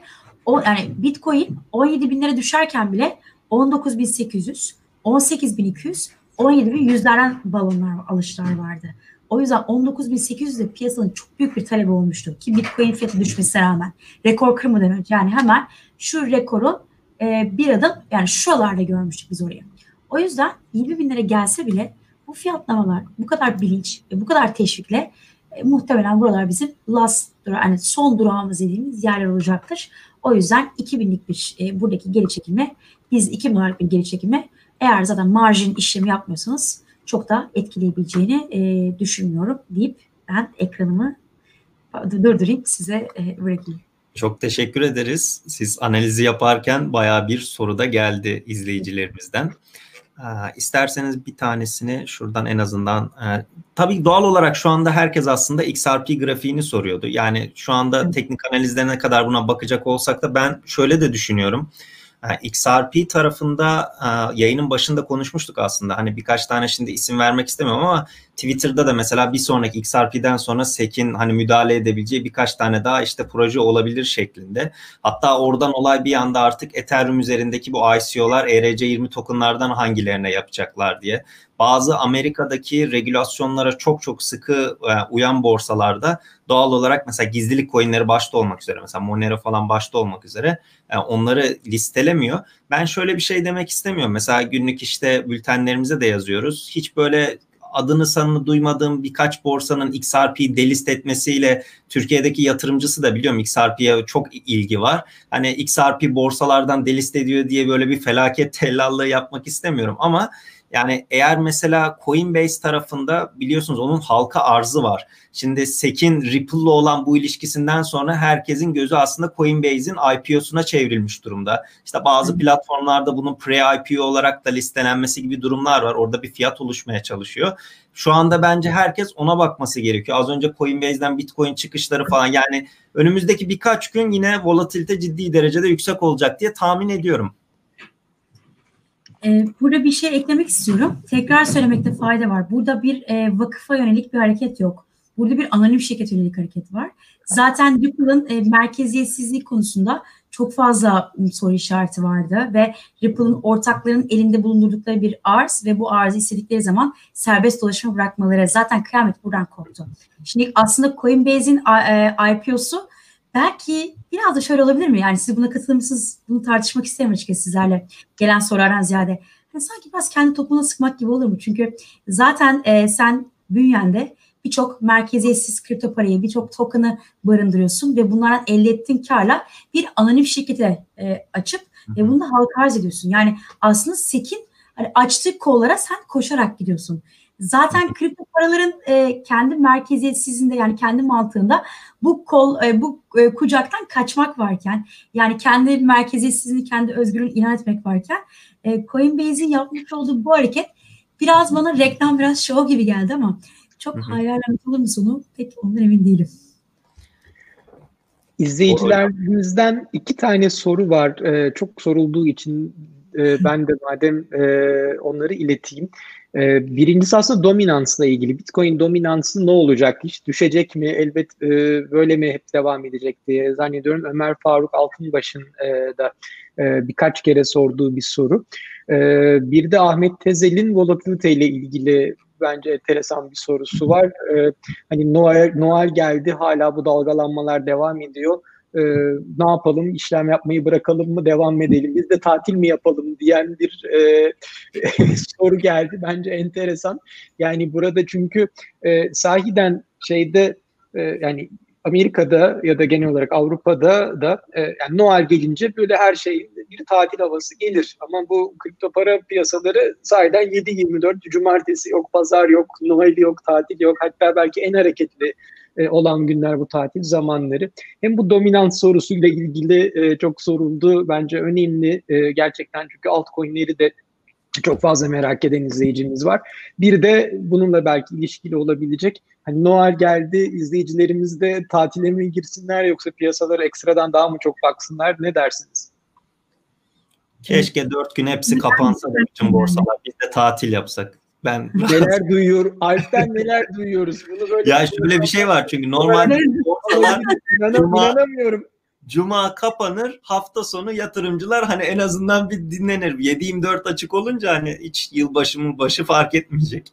O, yani Bitcoin on yedi binlere düşerken bile on dokuz bin sekiz yüz, on sekiz bin iki yüz, on yedi bin yüzlerden balonlar, alışlar vardı. O yüzden on dokuz bin sekiz yüzde piyasanın çok büyük bir talebi olmuştu ki Bitcoin fiyatı düşmesine rağmen rekor kırmadan önce, yani hemen şu rekoru e, bir adım, yani şuralarda görmüştük biz orayı. O yüzden yirmi binlere gelse bile bu fiyatlamalar, bu kadar bilinç ve bu kadar teşvikle e, muhtemelen buralar bizim last, yani son durağımız dediğimiz yerler olacaktır. O yüzden iki binlik bir e, buradaki geri çekilme, biz iki bin dolarlık bir geri çekilme, eğer zaten marjin işlemi yapmıyorsanız çok da etkileyebileceğini e, düşünmüyorum deyip ben ekranımı durdurayım, size e, bırakayım. Çok teşekkür ederiz. Siz analizi yaparken bayağı bir soru da geldi izleyicilerimizden. Ee, isterseniz bir tanesini şuradan en azından, e, tabii doğal olarak şu anda herkes aslında X R P grafiğini soruyordu. Yani şu anda evet, teknik analizlerine kadar buna bakacak olsak da ben şöyle de düşünüyorum. X R P tarafında yayının başında konuşmuştuk aslında. Hani birkaç tane şimdi isim vermek istemiyorum ama Twitter'da da mesela bir sonraki X R P'den sonra S E C'in hani müdahale edebileceği birkaç tane daha işte proje olabilir şeklinde. Hatta oradan olay bir anda artık Ethereum üzerindeki bu I C O'lar E R C yirmi tokenlardan hangilerine yapacaklar diye. Bazı Amerika'daki regülasyonlara çok çok sıkı e, uyan borsalarda doğal olarak mesela gizlilik coinleri başta olmak üzere, mesela Monero falan başta olmak üzere e, onları listelemiyor. Ben şöyle bir şey demek istemiyorum. Mesela günlük işte bültenlerimize de yazıyoruz. Hiç böyle adını sanını duymadığım birkaç borsanın X R P'yi delist etmesiyle Türkiye'deki yatırımcısı da biliyorum X R P'ye çok ilgi var. Hani X R P borsalardan delist ediyor diye böyle bir felaket tellallığı yapmak istemiyorum ama yani eğer mesela Coinbase tarafında biliyorsunuz onun halka arzı var. Şimdi S E C'in Ripple'la olan bu ilişkisinden sonra herkesin gözü aslında Coinbase'in I P O'suna çevrilmiş durumda. İşte bazı platformlarda bunun pre-I P O olarak da listelenmesi gibi durumlar var. Orada bir fiyat oluşmaya çalışıyor. Şu anda bence herkes ona bakması gerekiyor. Az önce Coinbase'den Bitcoin çıkışları falan, yani önümüzdeki birkaç gün yine volatilite ciddi derecede yüksek olacak diye tahmin ediyorum. Burada bir şey eklemek istiyorum. Tekrar söylemekte fayda var. Burada bir e, vakıfa yönelik bir hareket yok. Burada bir anonim şirket yönelik hareket var. Zaten Ripple'ın e, merkeziyetsizliği konusunda çok fazla soru işareti vardı ve Ripple'ın ortaklarının elinde bulundurdukları bir arz ve bu arzı istedikleri zaman serbest dolaşıma bırakmaları, zaten kıyamet buradan koptu. Şimdi aslında Coinbase'in e, I P O'su belki biraz da şöyle olabilir mi? Yani siz buna katılır mısınız? Bunu tartışmak isterim açıkçası sizlerle. Gelen sorulardan ziyade. Yani sanki biraz kendi topuna sıkmak gibi olur mu? Çünkü zaten e, sen bünyende birçok merkeziyetsiz kripto parayı, birçok token'ı barındırıyorsun ve bunlardan elde ettiğin karla bir anonim şirkete e, açıp ve bunu da halka arz ediyorsun. Yani aslında S E C'in hani açtığı kollara sen koşarak gidiyorsun. Zaten kripto paraların e, kendi merkeziyetsizliğinde, yani kendi mantığında bu kol e, bu e, kucaktan kaçmak varken, yani kendi merkeziyetsizliğini, kendi özgürlüğünü ilan etmek varken e, Coinbase'in yapmış olduğu bu hareket biraz bana reklam, biraz show gibi geldi ama çok hayalamet olur mu sonu pek ondan emin değilim. İzleyicilerimizden iki tane soru var. Ee, çok sorulduğu için e, ben de madem e, onları ileteyim. Ee, birincisi aslında dominansla ilgili. Bitcoin dominansı ne olacak? Hiç düşecek mi? Elbet e, böyle mi hep devam edecek diye zannediyorum. Ömer Faruk Altınbaş'ın e, da e, birkaç kere sorduğu bir soru. E, bir de Ahmet Tezel'in volatilite ile ilgili bence enteresan bir sorusu var. Ee, hani Noel, Noel geldi, hala bu dalgalanmalar devam ediyor. Ee, ne yapalım, işlem yapmayı bırakalım mı, devam edelim, biz de tatil mi yapalım diyen bir e, soru geldi. Bence enteresan. Yani burada çünkü e, sahiden şeyde e, yani Amerika'da ya da genel olarak Avrupa'da da e, yani Noel gelince böyle her şey bir tatil havası gelir. Ama bu kripto para piyasaları sahiden yedi yirmi dört, cumartesi yok, pazar yok, Noel yok, tatil yok. Hatta belki en hareketli e, olan günler bu tatil zamanları. Hem bu dominans sorusuyla ilgili e, çok soruldu. Bence önemli e, gerçekten, çünkü altcoin'leri de çok fazla merak eden izleyicimiz var. Bir de bununla belki ilişkili olabilecek, hani Noel geldi, izleyicilerimiz de tatile mi girsinler yoksa piyasalara ekstradan daha mı çok baksınlar, ne dersiniz? Keşke dört gün hepsi kapansa da bütün borsalar, biz de tatil yapsak. Ben neler duyuyor, Alp'ten neler duyuyoruz. Bunu böyle ya şöyle bir şey var, çünkü normal borsalar İnanam, inanamıyorum. Cuma kapanır, hafta sonu yatırımcılar hani en azından bir dinlenir. yedi yirmi dört açık olunca hani hiç yılbaşı mı başı fark etmeyecek.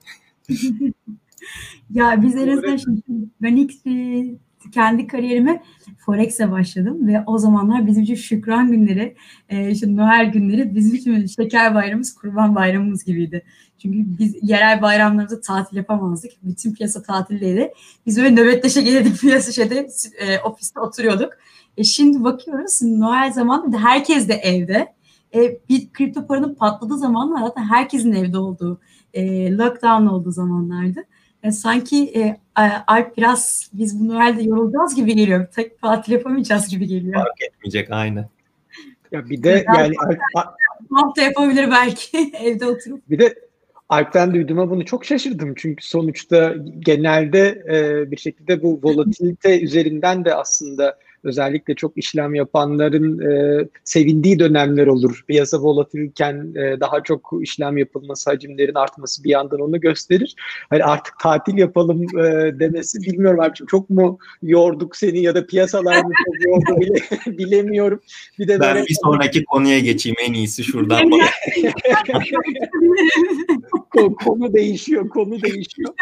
Ya biz en azından şimdi ben ilk e, kendi kariyerime Forex'e başladım ve o zamanlar bizim için şükran günleri, e, işte Noel günleri bizim için şeker bayramımız, kurban bayramımız gibiydi. Çünkü biz yerel bayramlarımızda tatil yapamazdık. Bütün piyasa tatildeydi. Biz böyle nöbetleşe gelirdik piyasa şeyde, e, ofiste oturuyorduk. E şimdi bakıyoruz Noel zamanında herkes de evde. E, bir kripto paranın patladığı zamanlar zaten herkesin evde olduğu, e, lockdown olduğu zamanlardı. E, sanki e, Alp biraz biz bu Noel'de yorulacağız gibi geliyor. Tek tatil yapamayacağız gibi geliyor. Fark etmeyecek aynı. Ya bir de yani hafta yapabilir belki evde oturup. Bir de Alp'ten duyduğuma bunu çok şaşırdım. Çünkü sonuçta genelde e, bir şekilde bu volatilite üzerinden de aslında özellikle çok işlem yapanların e, sevindiği dönemler olur. Piyasa volatilken e, daha çok işlem yapılması, hacimlerin artması bir yandan onu gösterir. Hani artık tatil yapalım e, demesi bilmiyorum abi. Çok mu yorduk seni ya da piyasalar mı çok yordu bile, bilemiyorum. Bir de ben böyle... bir sonraki konuya geçeyim en iyisi şuradan. Konu değişiyor, konu değişiyor.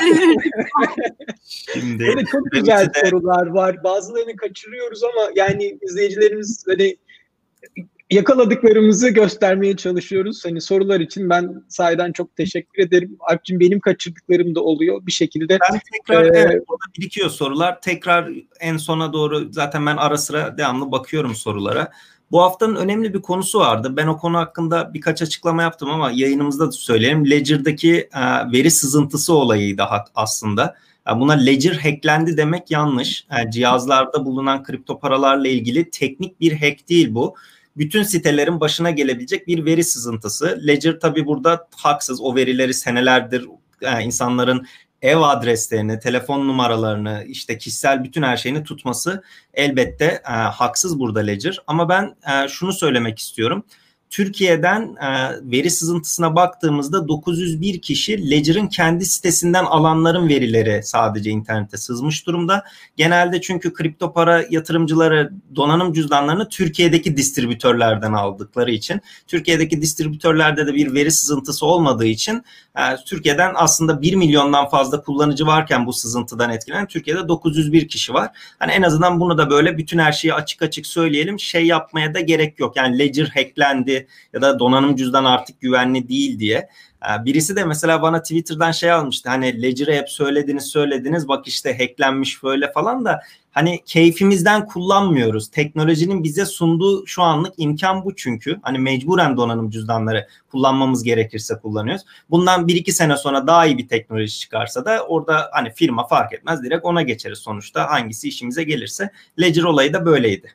Şimdi böyle çok güzel de... sorular var. Bazılarını kaçırıyoruz ama yani izleyicilerimiz hani yakaladıklarımızı göstermeye çalışıyoruz. Hani sorular için ben sahiden çok teşekkür ederim. Alp'cim benim kaçırdıklarım da oluyor bir şekilde. Ben tekrar ee, evet, orada birikiyor sorular. Tekrar en sona doğru zaten ben ara sıra devamlı bakıyorum sorulara. Bu haftanın önemli bir konusu vardı. Ben o konu hakkında birkaç açıklama yaptım ama yayınımızda da söyleyelim. Ledger'daki e, veri sızıntısı olayıydı aslında. Yani buna Ledger hacklendi demek yanlış. Yani cihazlarda bulunan kripto paralarla ilgili teknik bir hack değil bu. Bütün sitelerin başına gelebilecek bir veri sızıntısı. Ledger tabii burada haksız. O verileri senelerdir yani insanların ev adreslerini, telefon numaralarını, işte kişisel bütün her şeyini tutması elbette e, haksız burada Ledger. Ama ben e, şunu söylemek istiyorum. Türkiye'den e, veri sızıntısına baktığımızda dokuz yüz bir kişi Ledger'ın kendi sitesinden alanların verileri sadece internete sızmış durumda. Genelde çünkü kripto para yatırımcıları donanım cüzdanlarını Türkiye'deki distribütörlerden aldıkları için, Türkiye'deki distribütörlerde de bir veri sızıntısı olmadığı için e, Türkiye'den aslında bir milyondan fazla kullanıcı varken bu sızıntıdan etkilenen Türkiye'de dokuz yüz bir kişi var. Hani en azından bunu da böyle bütün her şeyi açık açık söyleyelim. Şey yapmaya da gerek yok. Yani Ledger hacklendi ya da donanım cüzdan artık güvenli değil diye. Birisi de mesela bana Twitter'dan şey almıştı. Hani Ledger'e hep söylediniz söylediniz bak işte hacklenmiş böyle falan da hani keyfimizden kullanmıyoruz. Teknolojinin bize sunduğu şu anlık imkan bu çünkü. Hani mecburen donanım cüzdanları kullanmamız gerekirse kullanıyoruz. Bundan bir iki sene sonra daha iyi bir teknoloji çıkarsa da orada hani firma fark etmez direkt ona geçeriz sonuçta. Hangisi işimize gelirse. Ledger olayı da böyleydi.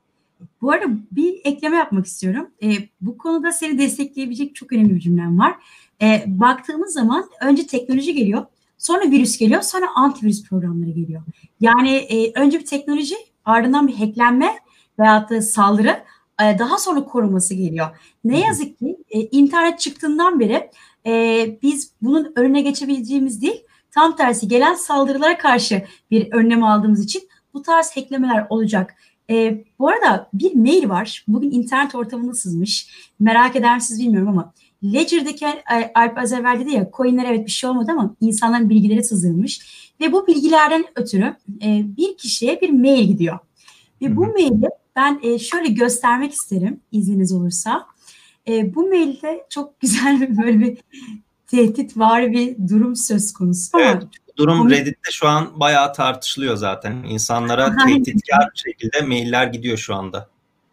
Bu arada bir ekleme yapmak istiyorum. E, bu konuda seni destekleyebilecek çok önemli bir cümlem var. E, baktığımız zaman önce teknoloji geliyor, sonra virüs geliyor, sonra antivirüs programları geliyor. Yani e, önce bir teknoloji, ardından bir hacklenme veyahut da saldırı, e, daha sonra koruması geliyor. Ne yazık ki e, internet çıktığından beri e, biz bunun önüne geçebileceğimiz değil, tam tersi gelen saldırılara karşı bir önlem aldığımız için bu tarz hacklemeler olacak. E, bu arada bir mail var. Bugün internet ortamında sızmış. Merak eder misiniz bilmiyorum ama Ledger'daki Alp az evvel dedi ya coinler evet bir şey olmadı ama insanların bilgileri sızılmış. Ve bu bilgilerden ötürü e, bir kişiye bir mail gidiyor. Ve bu maili ben e, şöyle göstermek isterim izniniz olursa. E, bu mailde çok güzel bir böyle bir tehditvari bir durum söz konusu. Evet. Ama Durum Reddit'te şu an bayağı tartışılıyor zaten. İnsanlara tehditkar bir şekilde mailler gidiyor şu anda.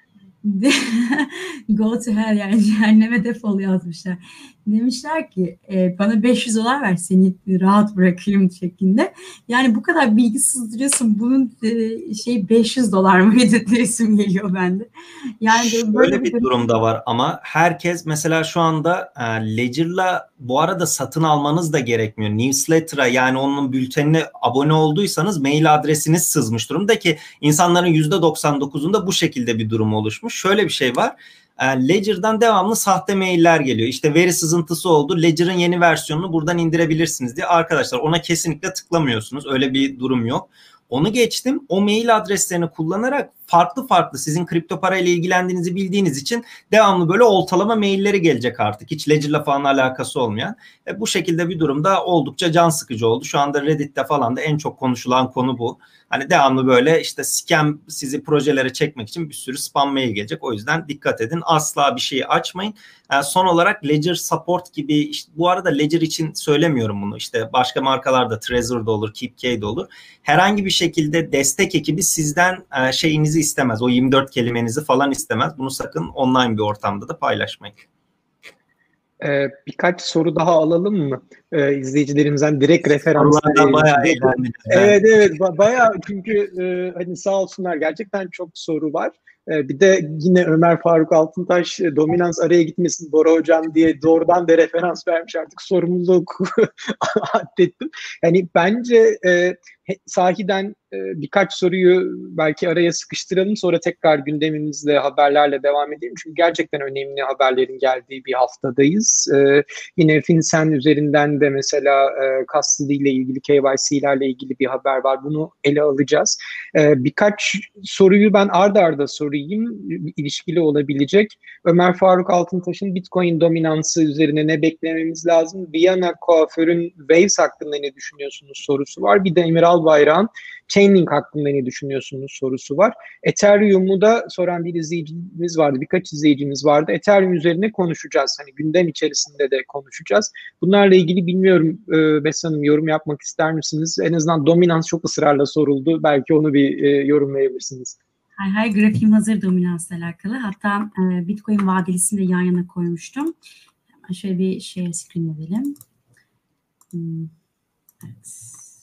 Go to hell yani cehenneme defol yazmışlar. Demişler ki e, bana beş yüz dolar ver seni rahat bırakayım şeklinde. Yani bu kadar bilgi sızdırıyorsun bunun e, şey beş yüz dolar mıydı diye isim geliyor bende. Yani böyle, böyle bir durum da var ama herkes mesela şu anda e, Ledger'la bu arada satın almanız da gerekmiyor. Newsletter'a yani onun bültenine abone olduysanız mail adresiniz sızmış durumda ki insanların yüzde doksan dokuzunda bu şekilde bir durum oluşmuş. Şöyle bir şey var. Ledger'dan devamlı sahte mailler geliyor. İşte veri sızıntısı oldu. Ledger'ın yeni versiyonunu buradan indirebilirsiniz diye. Arkadaşlar ona kesinlikle tıklamıyorsunuz. Öyle bir durum yok. Onu geçtim. O mail adreslerini kullanarak farklı farklı sizin kripto parayla ilgilendiğinizi bildiğiniz için devamlı böyle oltalama mailleri gelecek artık. Hiç Ledger'la falan alakası olmayan. E, bu şekilde bir durumda oldukça can sıkıcı oldu. Şu anda Reddit'te falan da en çok konuşulan konu bu. Hani devamlı böyle işte scam sizi projelere çekmek için bir sürü spam mail gelecek. O yüzden dikkat edin. Asla bir şeyi açmayın. Yani son olarak Ledger Support gibi, işte bu arada Ledger için söylemiyorum bunu. İşte başka markalarda Trezor'da olur, KeepKey'de olur. Herhangi bir şekilde destek ekibi sizden e, şeyinizi istemez. O yirmi dört kelimenizi falan istemez. Bunu sakın online bir ortamda da paylaşmayın. Ee, birkaç soru daha alalım mı? Ee, izleyicilerimizden direkt referans Sorulardan bayağı eğlendiniz. Evet evet ba- bayağı, çünkü e, hani sağ olsunlar, gerçekten çok soru var. E, bir de yine Ömer Faruk Altıntaş e, dominans araya gitmesin Bora Hocam diye doğrudan da referans vermiş, artık sorumluluk addettim. Yani bence e, sahiden e, birkaç soruyu belki araya sıkıştıralım, sonra tekrar gündemimizle, haberlerle devam edelim. Çünkü gerçekten önemli haberlerin geldiği bir haftadayız. E, yine FinCEN üzerinden de mesela e, custody ile ilgili, K Y C'lerle ilgili bir haber var. Bunu ele alacağız. E, birkaç soruyu ben arda arda sorayım, ilişkili olabilecek. Ömer Faruk Altıntaş'ın Bitcoin dominansı üzerine ne beklememiz lazım? Viyana Kuaför'ün Waves hakkında ne düşünüyorsunuz sorusu var. Bir de Emir Albayrak'ın Chainlink hakkında ne düşünüyorsunuz sorusu var. Ethereum'u da soran bir izleyicimiz vardı, birkaç izleyicimiz vardı. Ethereum üzerine konuşacağız. Hani gündem içerisinde de konuşacağız. Bunlarla ilgili bilmiyorum, e, Bes Hanım, yorum yapmak ister misiniz? En azından dominans çok ısrarla soruldu. Belki onu bir e, yorumlayabilirsiniz. Hay hay, grafiğim hazır dominansla alakalı. Hatta e, Bitcoin vadelisini de yan yana koymuştum. Hemen şöyle bir share screen edelim. Hmm. Evet.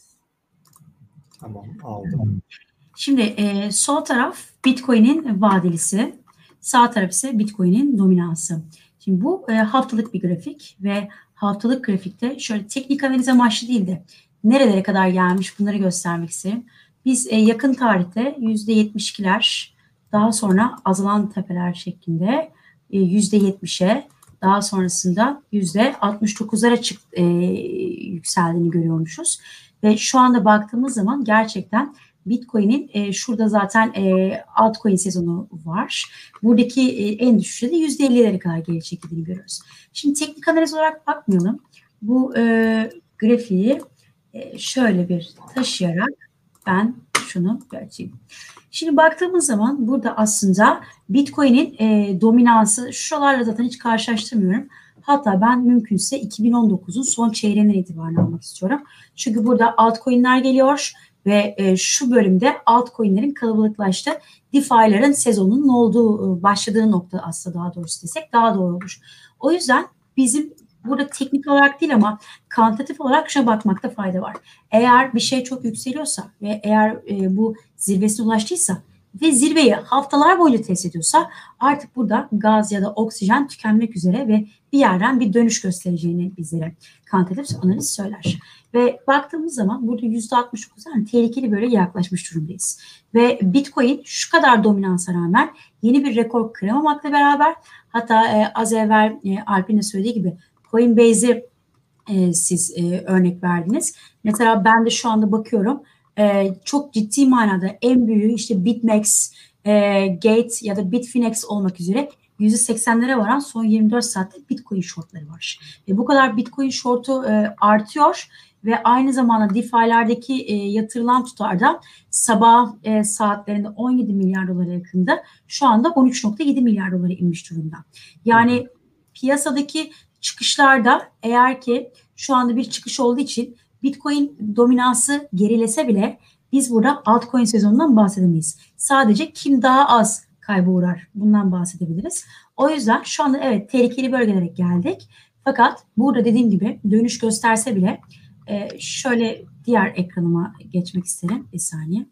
Tamam, aldım. Şimdi e, sol taraf Bitcoin'in vadelisi, sağ taraf ise Bitcoin'in dominansı. Şimdi bu e, haftalık bir grafik ve haftalık grafikte şöyle teknik analiz amaçlı değil de nerelere kadar gelmiş bunları göstermek isterim. Biz e, yakın tarihte yüzde yetmiş ikiler, daha sonra azalan tepeler şeklinde e, yüzde yetmişe, daha sonrasında yüzde altmış dokuzlara çık, e, yükseldiğini görüyormuşuz. Ve şu anda baktığımız zaman gerçekten Bitcoin'in e, şurada zaten e, altcoin sezonu var. Buradaki e, en düşüşte de yüzde ellilere kadar geri çekildiğini görüyoruz. Şimdi teknik analiz olarak bakmayalım. Bu e, grafiği e, şöyle bir taşıyarak ben şunu açayım. Şimdi baktığımız zaman burada aslında Bitcoin'in e, dominansı şuralarla zaten hiç karşılaştırmıyorum. Hatta ben mümkünse iki bin on dokuzun son çeyreğinden itibaren almak istiyorum. Çünkü burada altcoin'ler geliyor ve e, şu bölümde altcoin'lerin kalabalıklaştı. DeFi'lerin sezonunun olduğu, başladığı nokta aslında, daha doğrusu desek daha doğru olur. O yüzden bizim burada teknik olarak değil ama kantitatif olarak şuna bakmakta fayda var. Eğer bir şey çok yükseliyorsa ve eğer e, bu zirvesine ulaştıysa ve zirveyi haftalar boyunca test ediyorsa artık burada gaz ya da oksijen tükenmek üzere ve bir yerden bir dönüş göstereceğini bizlere kantitatif analiz söyler. Ve baktığımız zaman burada yüzde altmış dokuz, yani tehlikeli böyle yaklaşmış durumdayız. Ve Bitcoin şu kadar dominansa rağmen yeni bir rekor kıramamakla beraber, hatta e, az evvel e, Alp'in de söylediği gibi Coinbase'i e, siz e, örnek verdiniz. Mesela ben de şu anda bakıyorum. Ee, çok ciddi manada en büyüğü işte BitMEX, e, Gate ya da Bitfinex olmak üzere yüzde seksenlere varan son yirmi dört saatte Bitcoin shortları var. Ve bu kadar Bitcoin shortu e, artıyor ve aynı zamanda DeFi'lerdeki e, yatırılan tutarda sabah e, saatlerinde on yedi milyar dolara yakında, şu anda on üç nokta yedi milyar dolara inmiş durumda. Yani piyasadaki çıkışlarda, eğer ki şu anda bir çıkış olduğu için Bitcoin dominansı gerilese bile biz burada altcoin sezonundan bahsedemeyiz. Sadece kim daha az kayba uğrar bundan bahsedebiliriz. O yüzden şu anda evet tehlikeli bölgelere geldik. Fakat burada dediğim gibi dönüş gösterse bile e, şöyle diğer ekranıma geçmek isterim. Bir saniye.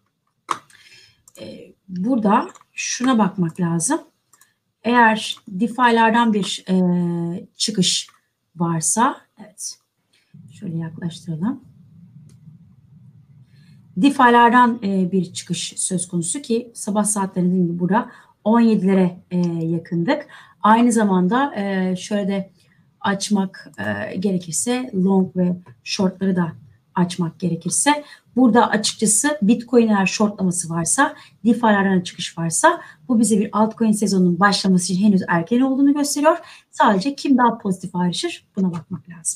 E, burada şuna bakmak lazım. Eğer DeFi'lerden bir e, çıkış varsa, evet. Şöyle yaklaştıralım. DeFi'lerden e, bir çıkış söz konusu ki sabah saatlerinde dediğim gibi burada on yedilere e, yakındık. Aynı zamanda e, şöyle de açmak e, gerekirse long ve shortları da açmak gerekirse. Burada açıkçası Bitcoin eğer shortlaması varsa, DeFi'lerden çıkış varsa bu bize bir altcoin sezonunun başlaması için henüz erken olduğunu gösteriyor. Sadece kim daha pozitif ayrışır buna bakmak lazım.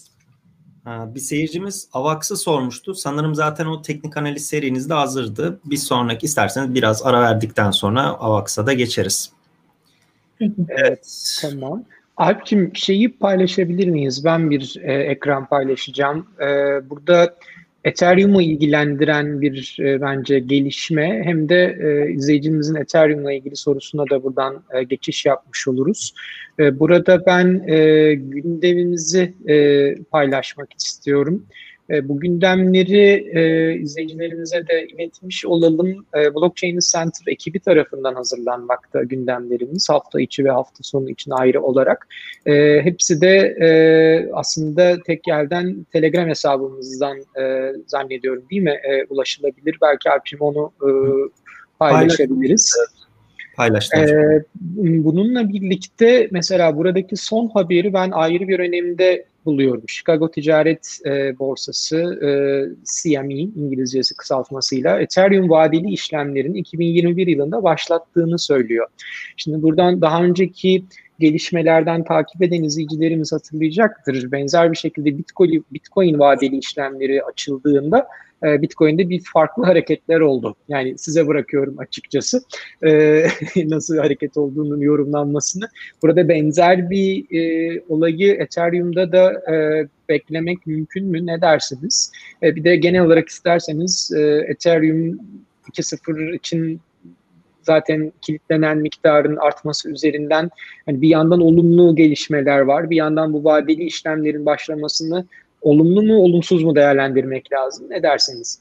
Bir seyircimiz Avax'ı sormuştu. Sanırım zaten o teknik analiz serinizde hazırdı. Bir sonraki isterseniz biraz ara verdikten sonra Avax'a da geçeriz. Peki. Evet, tamam. Alp'cim şeyi paylaşabilir miyiz? Ben bir e, ekran paylaşacağım. E, burada Ethereum'u ilgilendiren bir e, bence gelişme hem de e, izleyicimizin Ethereum'la ilgili sorusuna da buradan e, geçiş yapmış oluruz. E, burada ben e, gündemimizi e, paylaşmak istiyorum. E, bu gündemleri e, izleyicilerimize de iletmiş olalım. E, Blockchain Center ekibi tarafından hazırlanmakta gündemlerimiz hafta içi ve hafta sonu için ayrı olarak. E, hepsi de e, aslında tek yerden Telegram hesabımızdan e, zannediyorum değil mi e, ulaşılabilir. Belki Alp'cim onu e, paylaşabiliriz. Paylaştım. Ee, bununla birlikte mesela buradaki son haberi ben ayrı bir önemde buluyorum. Chicago Ticaret e, Borsası e, C M E İngilizcesi kısaltmasıyla Ethereum vadeli işlemlerin iki bin yirmi bir yılında başlattığını söylüyor. Şimdi buradan daha önceki gelişmelerden takip eden izleyicilerimiz hatırlayacaktır. Benzer bir şekilde Bitcoin, Bitcoin vadeli işlemleri açıldığında Bitcoin'de bir farklı hareketler oldu. Yani size bırakıyorum açıkçası ee, nasıl hareket olduğunun yorumlanmasını. Burada benzer bir e, olayı Ethereum'da da e, beklemek mümkün mü? Ne dersiniz? E, bir de genel olarak isterseniz e, Ethereum iki nokta sıfır için zaten kilitlenen miktarın artması üzerinden hani bir yandan olumlu gelişmeler var. Bir yandan bu vadeli işlemlerin başlamasını olumlu mu, olumsuz mu değerlendirmek lazım? Ne dersiniz?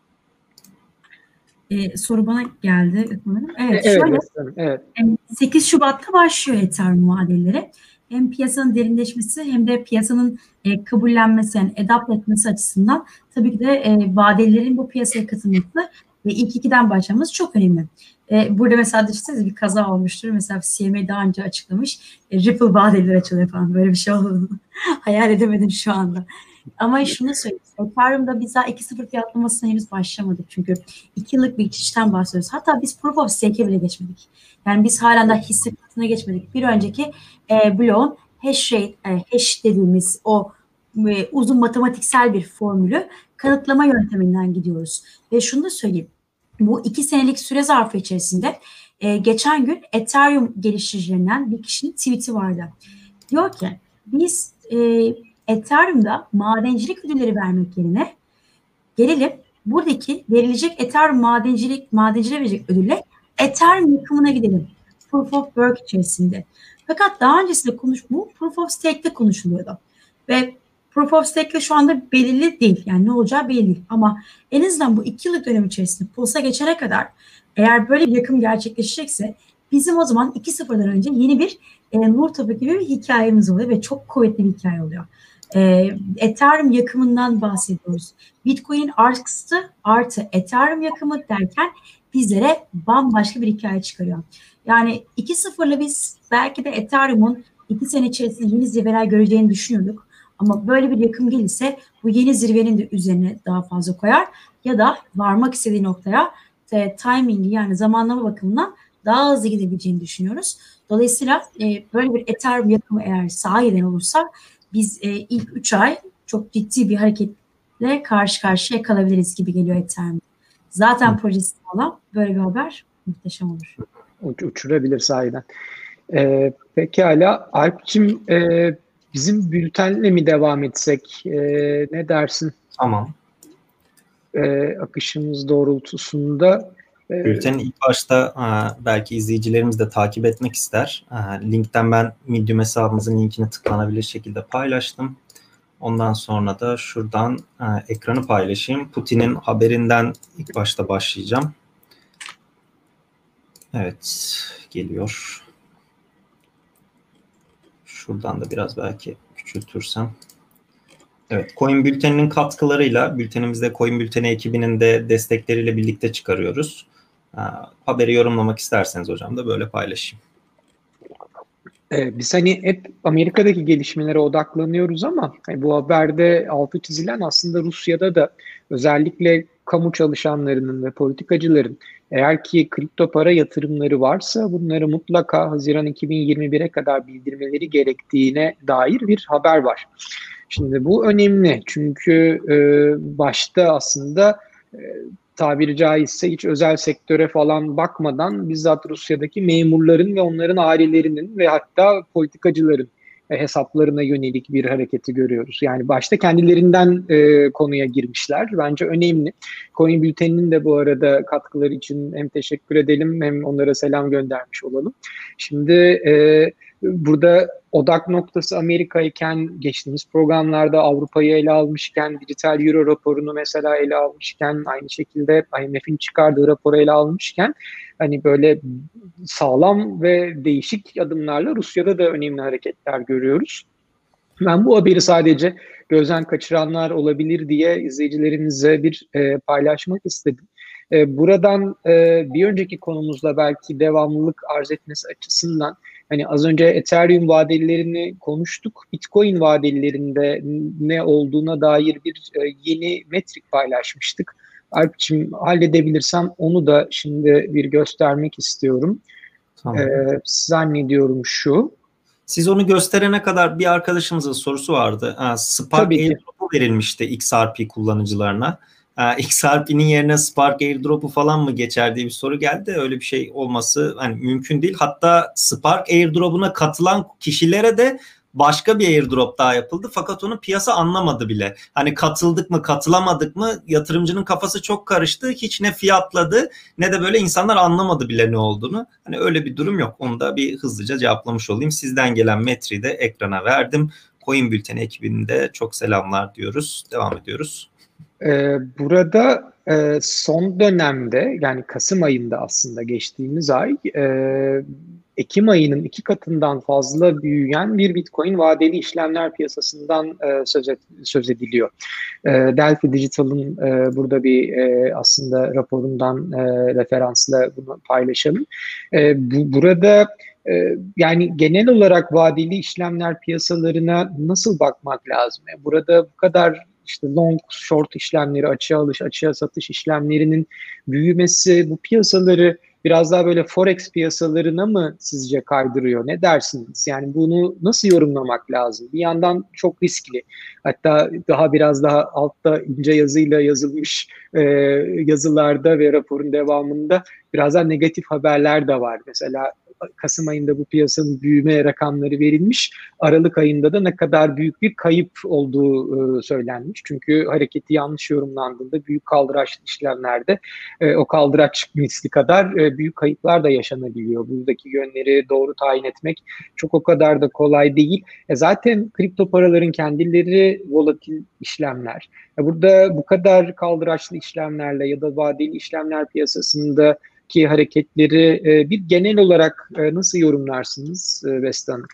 Ee, soru bana geldi. Evet, evet, şöyle, evet. sekiz Şubat'ta başlıyor Ethereum vadeleri. Hem piyasanın derinleşmesi hem de piyasanın e, kabullenmesi, yani adapt etmesi açısından tabii ki de e, vadelilerin bu piyasaya katılması ve ilk ikiden başlaması çok önemli. E, burada mesela düşünsenize bir kaza olmuştur. Mesela C M A daha önce açıklamış. E, Ripple vadeleri açılıyor falan. Böyle bir şey oldu. Hayal edemedim şu anda. Ama şunu söyleyeyim. Ethereum'da biz daha iki nokta sıfır fiyatlamasına henüz başlamadık. Çünkü iki yıllık bir geçişten bahsediyoruz. Hatta biz Proof of Stake'e bile geçmedik. Yani biz halen daha hisse fiyatına geçmedik. Bir önceki e, bloğun hash rate, e, hash dediğimiz o e, uzun matematiksel bir formülü kanıtlama yönteminden gidiyoruz. Ve şunu da söyleyeyim. Bu iki senelik süre zarfı içerisinde e, geçen gün Ethereum geliştiricilerinden bir kişinin tweet'i vardı. Diyor ki biz e, Ethereum'da madencilik ödülleri vermek yerine gelelim buradaki verilecek Ethereum madencilik madenciliğe verecek ödülle Ethereum yakımına gidelim. Proof of Work içerisinde. Fakat daha öncesinde konuş bu Proof of Stake'te konuşuluyordu. Ve Proof of Stake'le şu anda belirli değil. Yani ne olacağı belli değil. Ama en azından bu iki yıllık dönem içerisinde Pulse'a geçene kadar eğer böyle bir yakım gerçekleşecekse bizim o zaman iki nokta sıfırdan önce yeni bir e, nur topu gibi bir hikayemiz oluyor ve çok kuvvetli bir hikaye oluyor. E, Ethereum yakımından bahsediyoruz. Bitcoin'in artısı artı Ethereum yakımı derken bizlere bambaşka bir hikaye çıkarıyor. Yani iki nokta sıfırla biz belki de Ethereum'un iki sene içerisinde yeni zirveler göreceğini düşünüyorduk. Ama böyle bir yakım gelirse bu yeni zirvenin de üzerine daha fazla koyar ya da varmak istediği noktaya e, timingi yani zamanlama bakımından daha hızlı gidebileceğini düşünüyoruz. Dolayısıyla e, böyle bir Ethereum yakımı eğer sahiden olursa biz e, ilk üç ay çok ciddi bir hareketle karşı karşıya kalabiliriz gibi geliyor Ethereum. Zaten projesi olan böyle bir haber muhteşem olur. Uç, uçurabilir sahiden. Ee, pekala Alp'cim e, bizim bültenle mi devam etsek? E, ne dersin? Tamam. E, akışımız doğrultusunda. E, Bültenin ilk başta belki izleyicilerimiz de takip etmek ister. Linkten ben Medium hesabımızın linkini tıklanabilir şekilde paylaştım. Ondan sonra da şuradan ekranı paylaşayım. Putin'in haberinden ilk başta başlayacağım. Evet, geliyor. Şuradan da biraz belki küçültürsem. Evet, Coin Bülteni'nin katkılarıyla, bültenimizde Coin Bülteni ekibinin de destekleriyle birlikte çıkarıyoruz. Ha, haberi yorumlamak isterseniz hocam da böyle paylaşayım. Ee, biz hani hep Amerika'daki gelişmelere odaklanıyoruz ama hani bu haberde altı çizilen aslında Rusya'da da özellikle kamu çalışanlarının ve politikacıların eğer ki kripto para yatırımları varsa bunları mutlaka Haziran iki bin yirmi bire kadar bildirmeleri gerektiğine dair bir haber var. Şimdi bu önemli çünkü e, başta aslında e, tabiri caizse hiç özel sektöre falan bakmadan bizzat Rusya'daki memurların ve onların ailelerinin ve hatta politikacıların e, hesaplarına yönelik bir hareketi görüyoruz. Yani başta kendilerinden e, konuya girmişler. Bence önemli. Coin Bülteni'nin de bu arada katkıları için hem teşekkür edelim hem onlara selam göndermiş olalım. Şimdi e, burada odak noktası Amerika iken, geçtiğimiz programlarda Avrupa'yı ele almışken, dijital euro raporunu mesela ele almışken, aynı şekilde I M F'in çıkardığı raporu ele almışken, hani böyle sağlam ve değişik adımlarla Rusya'da da önemli hareketler görüyoruz. Ben bu haberi sadece gözden kaçıranlar olabilir diye izleyicilerimize bir e, paylaşmak istedim. E, buradan e, bir önceki konumuzla belki devamlılık arz etmesi açısından hani az önce Ethereum vadelilerini konuştuk. Bitcoin vadelilerinde ne olduğuna dair bir e, yeni metrik paylaşmıştık. Alp'ciğim halledebilirsem onu da şimdi bir göstermek istiyorum. Tamam. E, zannediyorum şu. Siz onu gösterene kadar bir arkadaşımızın sorusu vardı. Ha, Spark Airdrop'u verilmişti X R P kullanıcılarına. Ha, X R P'nin yerine Spark Airdrop'u falan mı geçer diye bir soru geldi. Öyle bir şey olması hani mümkün değil. Hatta Spark Airdrop'una katılan kişilere de başka bir airdrop daha yapıldı. Fakat onu piyasa anlamadı bile. Hani katıldık mı katılamadık mı yatırımcının kafası çok karıştı. Hiç ne fiyatladı ne de böyle insanlar anlamadı bile ne olduğunu. Hani öyle bir durum yok. Onu da bir hızlıca cevaplamış olayım. Sizden gelen metriği de ekrana verdim. Coin Bülteni ekibinde çok selamlar diyoruz. Devam ediyoruz. Ee, burada e, son dönemde yani Kasım ayında aslında geçtiğimiz ay e, Ekim ayının iki katından fazla büyüyen bir Bitcoin vadeli işlemler piyasasından e, söz, et, söz ediliyor. E, Delphi Digital'ın e, burada bir e, aslında raporundan e, referansla bunu paylaşalım. E, bu, burada e, yani genel olarak vadeli işlemler piyasalarına nasıl bakmak lazım? Yani burada bu kadar işte long, short işlemleri, açığa alış, açığa satış işlemlerinin büyümesi bu piyasaları biraz daha böyle forex piyasalarına mı sizce kaydırıyor? Ne dersiniz? Yani bunu nasıl yorumlamak lazım? Bir yandan çok riskli. Hatta daha biraz daha altta ince yazıyla yazılmış e, yazılarda ve raporun devamında biraz daha negatif haberler de var. Mesela Kasım ayında bu piyasanın büyüme rakamları verilmiş. Aralık ayında da ne kadar büyük bir kayıp olduğu e, söylenmiş. Çünkü hareketi yanlış yorumlandığında büyük kaldıraçlı işlemlerde e, o kaldıraç misli kadar e, büyük kayıplar da yaşanabiliyor. Buradaki yönleri doğru tayin etmek çok o kadar da kolay değil. E, zaten kripto paraların kendileri volatil işlemler. E, burada bu kadar kaldıraçlı işlemlerle ya da vadeli işlemler piyasasında ki hareketleri e, bir genel olarak e, nasıl yorumlarsınız e, Beste Hanım?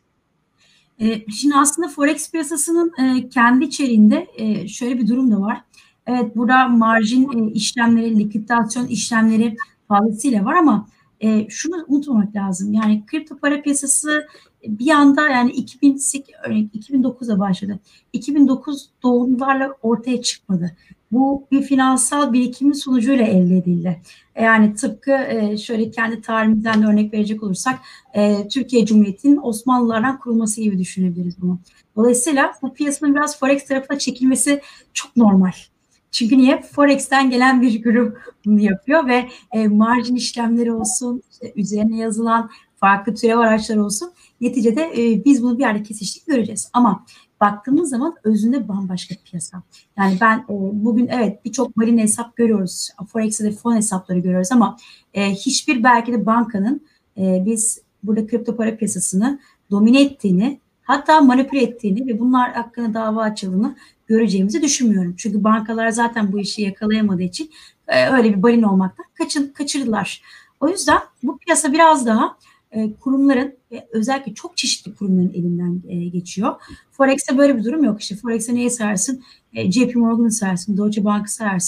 E, şimdi aslında Forex piyasasının e, kendi içeriğinde e, şöyle bir durum da var. Evet, burada marjin e, işlemleri, likidasyon işlemleri fazlasıyla var ama e, şunu unutmamak lazım. Yani kripto para piyasası bir anda yani iki bin sekiz, örnek iki bin dokuzda başladı. iki bin dokuz doğumlarla ortaya çıkmadı. Bu bir finansal birikimin sonucuyla elde edildi. Yani tıpkı e, şöyle kendi tarihimizden de örnek verecek olursak e, Türkiye Cumhuriyeti'nin Osmanlılardan kurulması gibi düşünebiliriz bunu. Dolayısıyla bu piyasanın biraz Forex tarafına çekilmesi çok normal. Çünkü niye? Forex'ten gelen bir grup bunu yapıyor ve e, marjin işlemleri olsun, işte üzerine yazılan farklı türev araçlar olsun. Neticede e, biz bunu bir yerde kesiştik göreceğiz. Ama baktığımız zaman özünde bambaşka bir piyasa. Yani ben e, bugün evet birçok marine hesap görüyoruz. Forex'te de fon hesapları görüyoruz ama e, hiçbir belki de bankanın e, biz burada kripto para piyasasını domine ettiğini, hatta manipüle ettiğini ve bunlar hakkında dava açıldığını göreceğimizi düşünmüyorum. Çünkü bankalar zaten bu işi yakalayamadığı için e, öyle bir balin olmaktan kaçın, kaçırdılar. O yüzden bu piyasa biraz daha e, kurumların ve özellikle çok çeşitli kurumların elinden e, geçiyor. Forex'te böyle bir durum yok. İşte Forex'te neye sayarsın? E, J P Morgan'ı sayarsın, Deutsche Bank'ı sayarsın,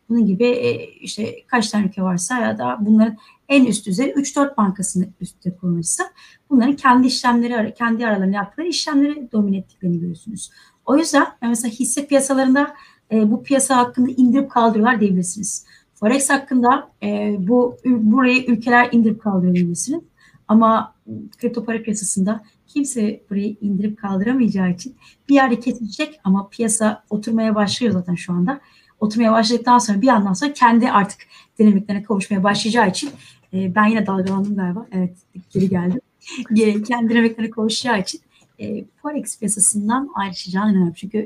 Bunun gibi e, işte kaç tane ülke varsa ya da bunların en üst düzey üç dört bankasını üstte kurmuşsa bunların kendi işlemleri, kendi aralarında yaptıkları işlemleri domine ettiklerini görüyorsunuz. O yüzden mesela hisse piyasalarında e, bu piyasa hakkında indirip kaldırıyorlar diyebilirsiniz. Forex hakkında e, bu burayı ülkeler indirip kaldırabilirsiniz. Ama kripto para piyasasında kimse burayı indirip kaldıramayacağı için bir yerde kesilecek ama piyasa oturmaya başlıyor zaten şu anda. Oturmaya başladıktan sonra bir yandan sonra kendi artık dinamiklerine kavuşmaya başlayacağı için e, ben yine dalgalandım galiba. Evet, geri geldim. Kendi dinamiklerine kavuşacağı için e, Forex piyasasından ayrışacağını inanıyorum. Çünkü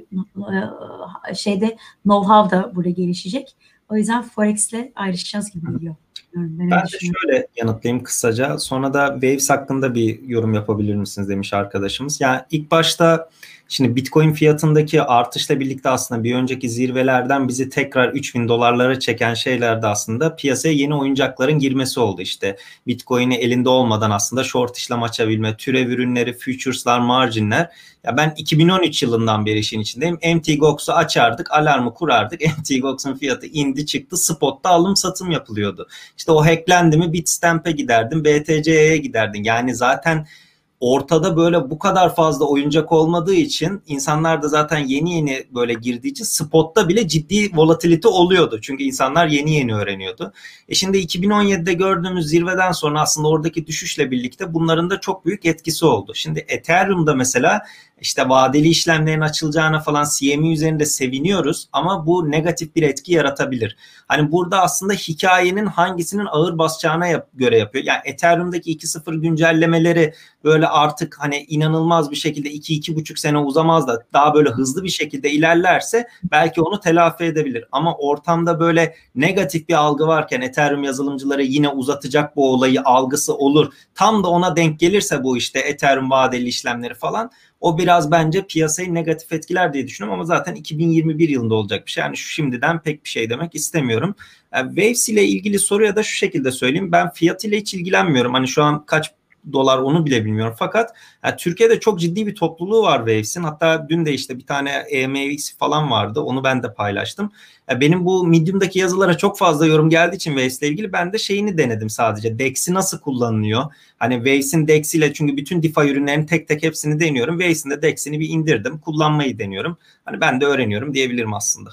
e, şeyde know-how da burada gelişecek. O yüzden Forex'le ayrışacağız gibi geliyor. Ben, ben de şöyle yanıtlayayım kısaca. Sonra da Waves hakkında bir yorum yapabilir misiniz demiş arkadaşımız. Yani ilk başta şimdi Bitcoin fiyatındaki artışla birlikte aslında bir önceki zirvelerden bizi tekrar üç bin dolarlara çeken şeyler de aslında piyasaya yeni oyuncakların girmesi oldu. İşte Bitcoin'i elinde olmadan aslında short işlem açabilme, türev ürünleri, futures'lar, marginler. Ya ben iki bin on üç yılından beri işin içindeyim. M T G O X'u açardık, alarmı kurardık. M T G O X'un fiyatı indi çıktı. Spot'ta alım satım yapılıyordu. İşte o hacklendi mi Bitstamp'e giderdin, B T C'ye giderdin. Yani zaten ortada böyle bu kadar fazla oyuncak olmadığı için insanlar da zaten yeni yeni böyle girdiği için spotta bile ciddi volatilite oluyordu. Çünkü insanlar yeni yeni öğreniyordu. E şimdi iki bin on yedide gördüğümüz zirveden sonra aslında oradaki düşüşle birlikte bunların da çok büyük etkisi oldu. Şimdi Ethereum'da mesela işte vadeli işlemlerin açılacağına falan C M E üzerinde seviniyoruz ama bu negatif bir etki yaratabilir. Hani burada aslında hikayenin hangisinin ağır basacağına yap- göre yapıyor. Yani Ethereum'daki iki nokta sıfır güncellemeleri böyle artık hani inanılmaz bir şekilde iki iki buçuk sene uzamaz da daha böyle hızlı bir şekilde ilerlerse belki onu telafi edebilir. Ama ortamda böyle negatif bir algı varken Ethereum yazılımcıları yine uzatacak bu olayı algısı olur. Tam da ona denk gelirse bu işte Ethereum vadeli işlemleri falan o biraz bence piyasayı negatif etkiler diye düşünüyorum ama zaten iki bin yirmi bir yılında olacak bir şey. Yani şu şimdiden pek bir şey demek istemiyorum. Yani Waves ile ilgili soruya da şu şekilde söyleyeyim. Ben fiyat ile hiç ilgilenmiyorum. Hani şu an kaç dolar onu bile bilmiyorum. Fakat yani Türkiye'de çok ciddi bir topluluğu var Waves'in. Hatta dün de işte bir tane E M X falan vardı. Onu ben de paylaştım. Yani benim bu Medium'daki yazılara çok fazla yorum geldiği için Waves'le ilgili ben de şeyini denedim sadece. D E X'i nasıl kullanılıyor? Hani Waves'in D E X'iyle çünkü bütün DeFi ürünlerini tek tek hepsini deniyorum. Waves'in de D E X'ini bir indirdim. Kullanmayı deniyorum. Hani ben de öğreniyorum diyebilirim aslında.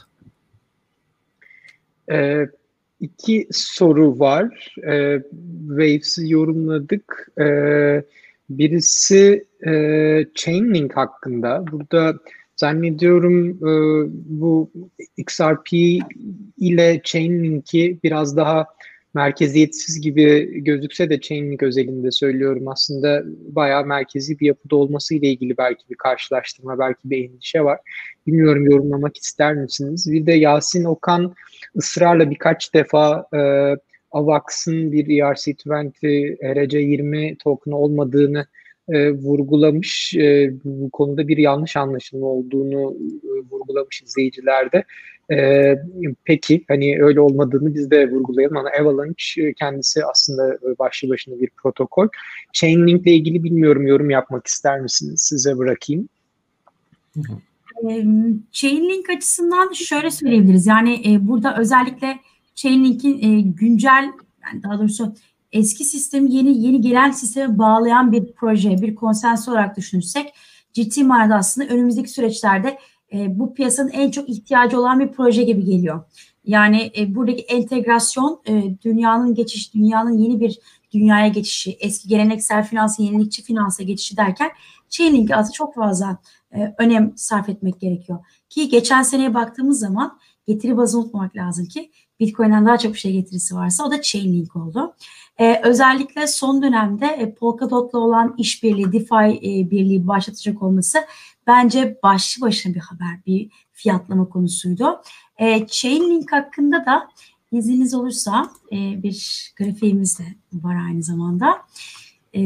Ee, iki soru var. Ee, Waves'i yorumladık. Ee, birisi e, Chainlink hakkında. Burada zannediyorum e, bu X R P ile Chainlink'i biraz daha merkeziyetsiz gibi gözükse de Chainlink özelinde söylüyorum. Aslında bayağı merkezi bir yapıda olması ile ilgili belki bir karşılaştırma, belki bir endişe var. Bilmiyorum, yorumlamak ister misiniz? Bir de Yasin Okan ısrarla birkaç defa e, AVAX'ın bir E R C yirmi, R C yirmi token olmadığını e, vurgulamış. E, bu konuda bir yanlış anlaşılma olduğunu e, vurgulamış izleyicilerde. E, peki hani öyle olmadığını biz de vurgulayalım ama Avalanche kendisi aslında başlı başına bir protokol. Chainlink ile ilgili bilmiyorum, yorum yapmak ister misiniz? Size bırakayım. Hı hı. Chainlink açısından şöyle söyleyebiliriz. Yani e, burada özellikle Chainlink'in e, güncel, yani daha doğrusu eski sistemi yeni yeni gelen sisteme bağlayan bir proje, bir konsens olarak düşünürsek ciddi manada aslında önümüzdeki süreçlerde e, bu piyasanın en çok ihtiyacı olan bir proje gibi geliyor. Yani e, buradaki entegrasyon e, dünyanın geçiş, dünyanın yeni bir dünyaya geçişi, eski geleneksel finansın yenilikçi finansa geçişi derken Chainlink'e aslında çok fazla e, önem sarf etmek gerekiyor. Ki geçen seneye baktığımız zaman getiri bazı unutmamak lazım ki Bitcoin'den daha çok bir şey getirisi varsa o da Chainlink oldu. Ee, özellikle son dönemde e, Polkadot'la olan işbirliği, DeFi e, birliği başlatacak olması bence başlı başına bir haber, bir fiyatlama konusuydu. E, Chainlink hakkında da izniniz olursa e, bir grafiğimiz de var aynı zamanda. E,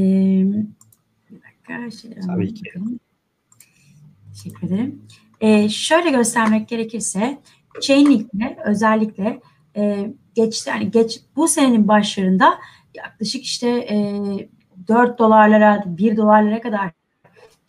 bir dakika. Şey, Tabii ki. bakalım. Teşekkür ederim. E, şöyle göstermek gerekirse Chainlink'le özellikle e, geçti, yani geç bu senenin başlarında yaklaşık işte e, dört dolarlara, bir dolarlara kadar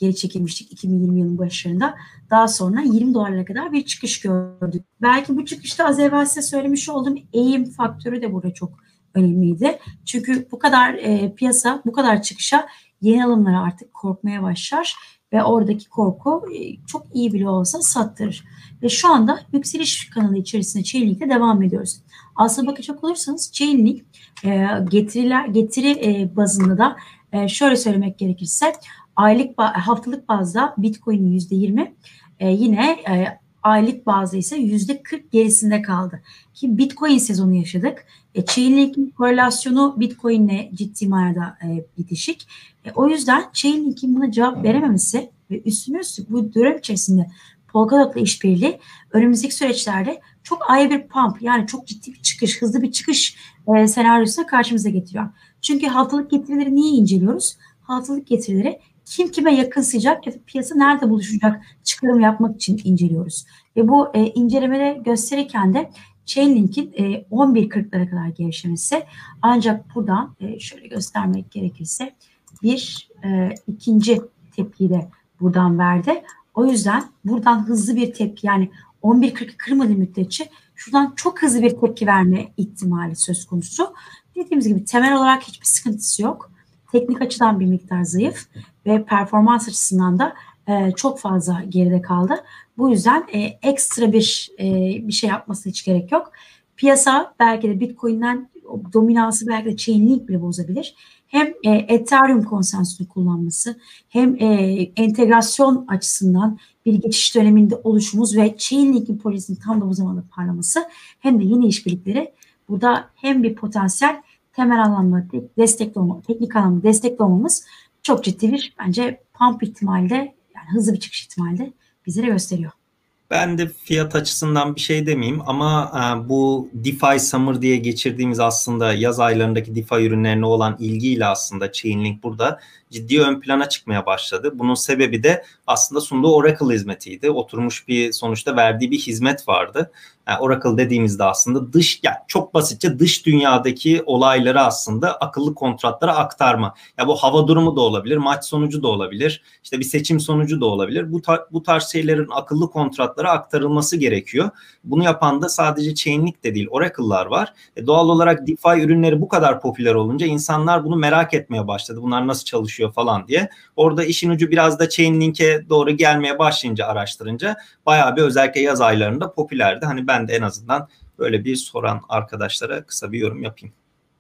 geri çekilmiştik iki bin yirmi yılının başlarında. Daha sonra yirmi dolarlara kadar bir çıkış gördük. Belki bu çıkışta az evvel size söylemiş olduğum eğim faktörü de burada çok önemliydi. Çünkü bu kadar e, piyasa, bu kadar çıkışa yeni alımlara artık korkmaya başlar ve oradaki korku e, çok iyi bile olsa sattırır. Ve şu anda yükseliş kanalı içerisinde Chainlink'te devam ediyoruz. Aslına bakacak olursanız Chainlink e, getiriler getiri e, bazında da e, şöyle söylemek gerekirse aylık haftalık bazda Bitcoin'in yüzde yirmi e, yine e, aylık bazda ise yüzde kırk gerisinde kaldı. Ki Bitcoin sezonu yaşadık. E, Chainlink'in korelasyonu Bitcoin'le ciddi manada e, bitişik. E, o yüzden Chainlink'in buna cevap verememesi ve üstüne üstlük bu dönem içerisinde Polkadot'la işbirliği önümüzdeki süreçlerde çok ayrı bir pump, yani çok ciddi bir çıkış, hızlı bir çıkış e, senaryosuna karşımıza getiriyor. Çünkü haftalık getirileri niye inceliyoruz? Haftalık getirileri kim kime yakınsayacak ya da piyasa nerede buluşacak çıkarım yapmak için inceliyoruz. Ve bu e, incelemede gösterirken de Chainlink'in e, on bir kırklara kadar gevşemesi, ancak buradan e, şöyle göstermek gerekirse bir e, ikinci tepkiyi de buradan verdi. O yüzden buradan hızlı bir tepki, yani on bir kırkı kırmadığı müddetçe şuradan çok hızlı bir tepki verme ihtimali söz konusu. Dediğimiz gibi temel olarak hiçbir sıkıntısı yok. Teknik açıdan bir miktar zayıf ve performans açısından da e, çok fazla geride kaldı. Bu yüzden e, ekstra bir e, bir şey yapmasına hiç gerek yok. Piyasa belki de Bitcoin'den dominansı belki de Chainlink bile bozabilir. Hem e, Ethereum konsensüsünü kullanması, hem e, entegrasyon açısından bir geçiş döneminde oluşumuz ve Chainlink'in polisinin tam da bu zamanda parlaması, hem de yeni işbirlikleri burada hem bir potansiyel temel anlamda destekli olma, teknik anlamda destekli olmamız çok ciddi bir bence pump ihtimali de, yani hızlı bir çıkış ihtimali de bizlere gösteriyor. Ben de fiyat açısından bir şey demeyeyim ama e, bu DeFi Summer diye geçirdiğimiz aslında yaz aylarındaki DeFi ürünlerine olan ilgiyle aslında Chainlink burada ciddi ön plana çıkmaya başladı. Bunun sebebi de aslında sunduğu Oracle hizmetiydi. Oturmuş bir, sonuçta verdiği bir hizmet vardı. Yani Oracle dediğimizde aslında dış, yani çok basitçe dış dünyadaki olayları aslında akıllı kontratlara aktarma. Ya bu hava durumu da olabilir, maç sonucu da olabilir, işte bir seçim sonucu da olabilir. Bu tar- bu tarz şeylerin akıllı kontratlara aktarılması gerekiyor. Bunu yapan da sadece Chainlink de değil, Oracle'lar var. E doğal olarak DeFi ürünleri bu kadar popüler olunca insanlar bunu merak etmeye başladı. Bunlar nasıl çalışıyor falan diye. Orada işin ucu biraz da Chainlink'e doğru gelmeye başlayınca, araştırınca bayağı bir özellikle yaz aylarında popülerdi. Hani ben de en azından böyle bir soran arkadaşlara kısa bir yorum yapayım.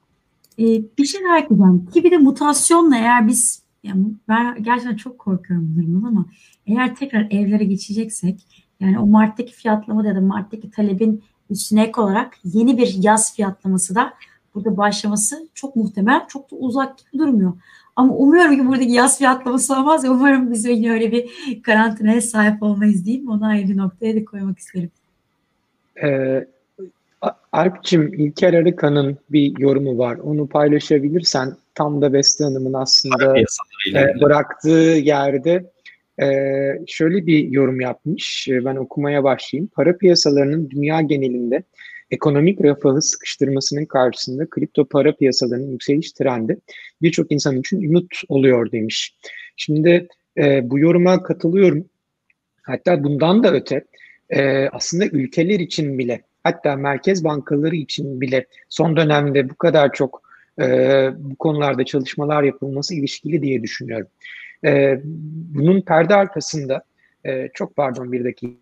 Ee, bir şey merak edeceğim. Ki bir de mutasyonla eğer biz, yani ben gerçekten çok korkuyorum bu durumdan, ama eğer tekrar evlere geçeceksek, yani o Mart'taki fiyatlama ya da Mart'taki talebin üstüne ek olarak yeni bir yaz fiyatlaması da burada başlaması çok muhtemel, çok da uzak gibi durmuyor. Ama umuyorum ki buradaki yaz fiyatlaması olmaz ya, umarım biz yine öyle bir karantinaya sahip olmayız diyeyim. Onu ayrı bir noktaya da koymak isterim. Ee, Alp'cim, İlker Arıkan'ın bir yorumu var. Onu paylaşabilirsen, tam da Beste Hanım'ın aslında e, bıraktığı yerde e, şöyle bir yorum yapmış. E, ben okumaya başlayayım. Para piyasalarının dünya genelinde ekonomik refahı sıkıştırmasının karşısında kripto para piyasalarının yükseliş trendi birçok insan için umut oluyor demiş. Şimdi e, bu yoruma katılıyorum. Hatta bundan da öte e, aslında ülkeler için bile, hatta merkez bankaları için bile son dönemde bu kadar çok e, bu konularda çalışmalar yapılması ilişkili diye düşünüyorum. E, bunun perde arkasında, e, çok pardon bir dakika,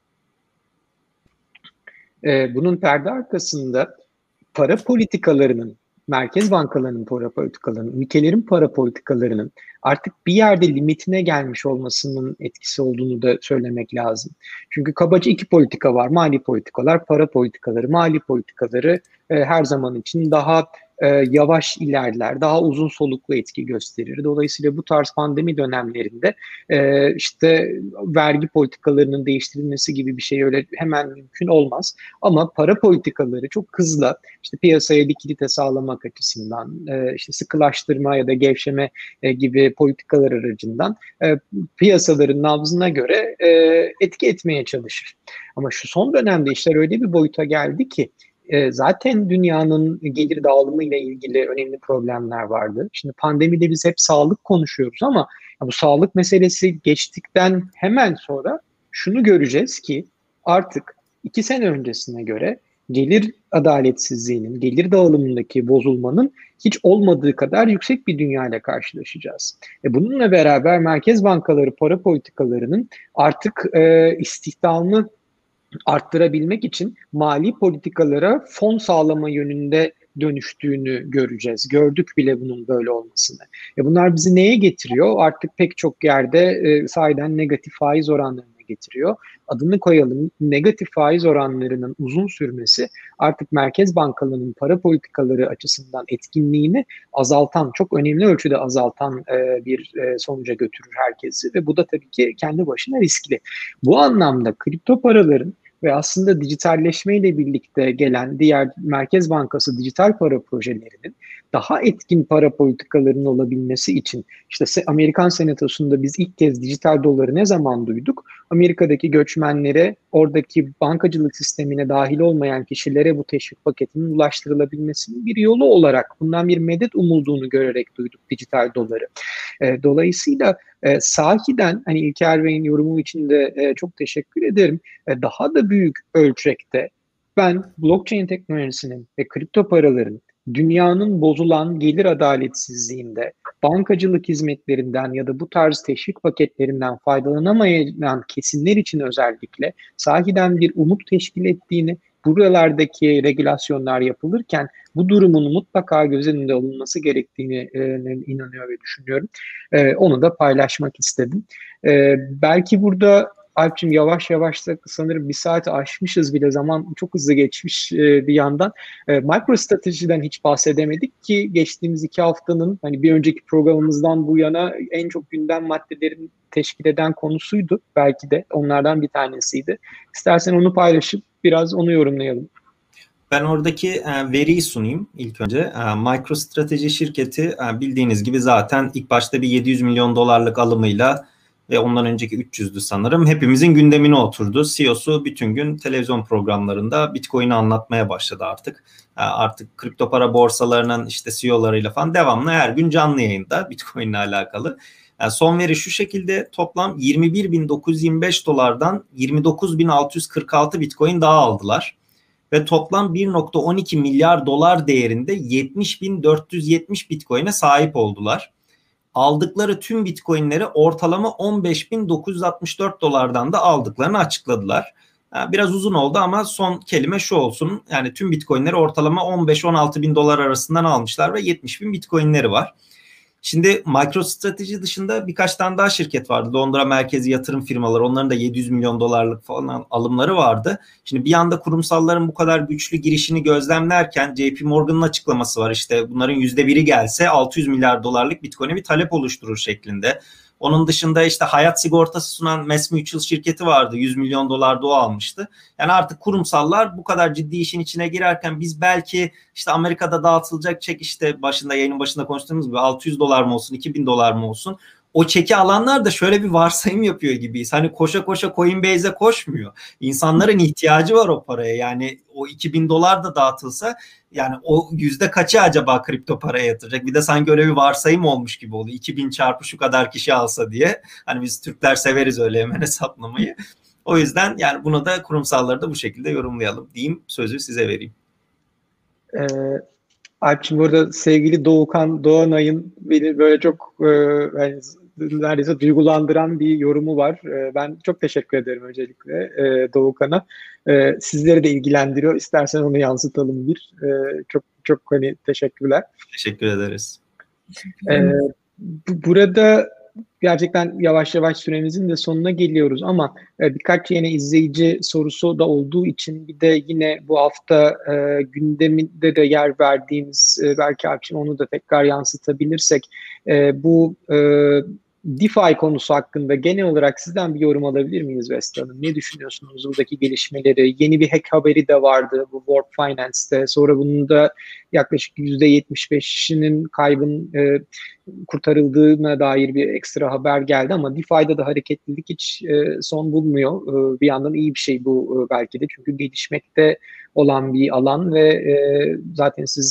e, bunun perde arkasında para politikalarının, merkez bankalarının para politikalarının, ülkelerin para politikalarının artık bir yerde limitine gelmiş olmasının etkisi olduğunu da söylemek lazım. Çünkü kabaca iki politika var. Mali politikalar, para politikaları. Mali politikaları e, her zaman için daha e, yavaş ilerler, daha uzun soluklu etki gösterir. Dolayısıyla bu tarz pandemi dönemlerinde e, işte vergi politikalarının değiştirilmesi gibi bir şey öyle hemen mümkün olmaz. Ama para politikaları çok hızlı, işte piyasaya likidite sağlamak açısından, e, işte sıkılaştırma ya da gevşeme e, gibi politikalar aracından e, piyasaların nabzına göre e, etki etmeye çalışır. Ama şu son dönemde işler öyle bir boyuta geldi ki e, zaten dünyanın gelir dağılımı ile ilgili önemli problemler vardı. Şimdi pandemide biz hep sağlık konuşuyoruz ama Bu sağlık meselesi geçtikten hemen sonra şunu göreceğiz ki artık iki sene öncesine göre gelir adaletsizliğinin, gelir dağılımındaki bozulmanın hiç olmadığı kadar yüksek bir dünyayla karşılaşacağız. E bununla beraber merkez bankaları para politikalarının artık e, istihdamı arttırabilmek için mali politikalara fon sağlama yönünde dönüştüğünü göreceğiz. Gördük bile bunun böyle olmasını. E bunlar bizi neye getiriyor? Artık pek çok yerde e, sahiden negatif faiz oranlarına getiriyor. Adını koyalım, negatif faiz oranlarının uzun sürmesi artık merkez bankalarının para politikaları açısından etkinliğini azaltan, çok önemli ölçüde azaltan e, bir e, sonuca götürür herkesi ve bu da tabii ki kendi başına riskli. Bu anlamda kripto paraların ve aslında dijitalleşmeyle birlikte gelen diğer Merkez Bankası dijital para projelerinin daha etkin para politikalarının olabilmesi için işte Amerikan Senatosu'nda biz ilk kez dijital doları ne zaman duyduk? Amerika'daki göçmenlere, oradaki bankacılık sistemine dahil olmayan kişilere bu teşvik paketinin ulaştırılabilmesinin bir yolu olarak bundan bir medet umulduğunu görerek duyduk dijital doları. E, dolayısıyla e, sahiden hani İlker Bey'in yorumu için de e, çok teşekkür ederim. E, daha da büyük ölçekte ben blockchain teknolojisinin ve kripto paraların dünyanın bozulan gelir adaletsizliğinde bankacılık hizmetlerinden ya da bu tarz teşvik paketlerinden faydalanamayan kesimler için özellikle sahiden bir umut teşkil ettiğini, buralardaki regülasyonlar yapılırken bu durumun mutlaka göz önünde alınması gerektiğini e, inanıyor ve düşünüyorum. E, onu da paylaşmak istedim. E, belki burada Alp'cim yavaş yavaş da sanırım bir saati aşmışız bile, zaman çok hızlı geçmiş e, bir yandan. E, MicroStrategy'den hiç bahsedemedik ki geçtiğimiz iki haftanın hani bir önceki programımızdan bu yana en çok gündem maddelerini teşkil eden konusuydu. Belki de onlardan bir tanesiydi. İstersen onu paylaşıp biraz onu yorumlayalım. Ben oradaki e, veriyi sunayım ilk önce. E, MicroStrategy şirketi e, bildiğiniz gibi zaten ilk başta bir yedi yüz milyon dolarlık alımıyla ve ondan önceki üç yüzdü sanırım hepimizin gündemine oturdu. C E O'su bütün gün televizyon programlarında Bitcoin'i anlatmaya başladı artık. E, artık kripto para borsalarının işte C E O'larıyla falan devamlı her gün canlı yayında Bitcoin'le alakalı. Yani son veri şu şekilde: toplam yirmi bir bin dokuz yüz yirmi beş dolardan yirmi dokuz bin altı yüz kırk altı Bitcoin daha aldılar. Ve toplam bir nokta on iki milyar dolar değerinde yetmiş bin dört yüz yetmiş Bitcoin'e sahip oldular. Aldıkları tüm Bitcoin'leri ortalama on beş bin dokuz yüz altmış dört dolardan da aldıklarını açıkladılar. Yani biraz uzun oldu ama son kelime şu olsun: yani tüm Bitcoin'leri ortalama on beş on altı bin dolar arasından almışlar ve yetmiş bin Bitcoin'leri var. Şimdi MicroStrategy dışında birkaç tane daha şirket vardı. Londra merkezi yatırım firmaları. Onların da yedi yüz milyon dolarlık falan alımları vardı. Şimdi bir anda kurumsalların bu kadar güçlü girişini gözlemlerken J P Morgan'ın açıklaması var. İşte bunların yüzde biri gelse altı yüz milyar dolarlık Bitcoin'e bir talep oluşturur şeklinde. Onun dışında işte hayat sigortası sunan Mass Mutual şirketi vardı. yüz milyon dolar da o almıştı. Yani artık kurumsallar bu kadar ciddi işin içine girerken biz belki işte Amerika'da dağıtılacak çek, işte başında yayının başında konuştuğumuz gibi altı yüz dolar mı olsun, iki bin dolar mı olsun, o çeki alanlar da şöyle bir varsayım yapıyor gibiyiz. Hani koşa koşa Coinbase'e koşmuyor. İnsanların ihtiyacı var o paraya. Yani o iki bin dolar da dağıtılsa yani o yüzde kaçı acaba kripto paraya yatıracak? Bir de sanki öyle bir varsayım olmuş gibi oluyor. iki bin çarpı şu kadar kişi alsa diye. Hani biz Türkler severiz öyle hemen hesaplamayı. O yüzden yani bunu da kurumsalları da bu şekilde yorumlayalım diyeyim. Sözü size vereyim. Ee, Alp'cim, burada sevgili Doğukan Doğanay'ın beni böyle çok e, yani neredeyse duygulandıran bir yorumu var. E, ben çok teşekkür ederim öncelikle e, Doğukan'a. E, sizleri de ilgilendiriyor. İstersen onu yansıtalım bir. E, çok çok hani teşekkürler. Teşekkür ederiz. E, bu, burada gerçekten yavaş yavaş süremizin de sonuna geliyoruz ama e, birkaç yeni izleyici sorusu da olduğu için bir de yine bu hafta e, gündeminde de yer verdiğimiz e, belki Alpçin onu da tekrar yansıtabilirsek e, bu e, DeFi konusu hakkında genel olarak sizden bir yorum alabilir miyiz Vestel Hanım? Ne düşünüyorsunuz buradaki gelişmeleri? Yeni bir hack haberi de vardı bu Warp Finance'te. Sonra bunun da yaklaşık yüzde yetmiş beşinin kaybın e, kurtarıldığına dair bir ekstra haber geldi ama DeFi'de de hareketlilik hiç e, son bulmuyor. E, bir yandan iyi bir şey bu e, belki de. Çünkü gelişmekte olan bir alan ve e, zaten siz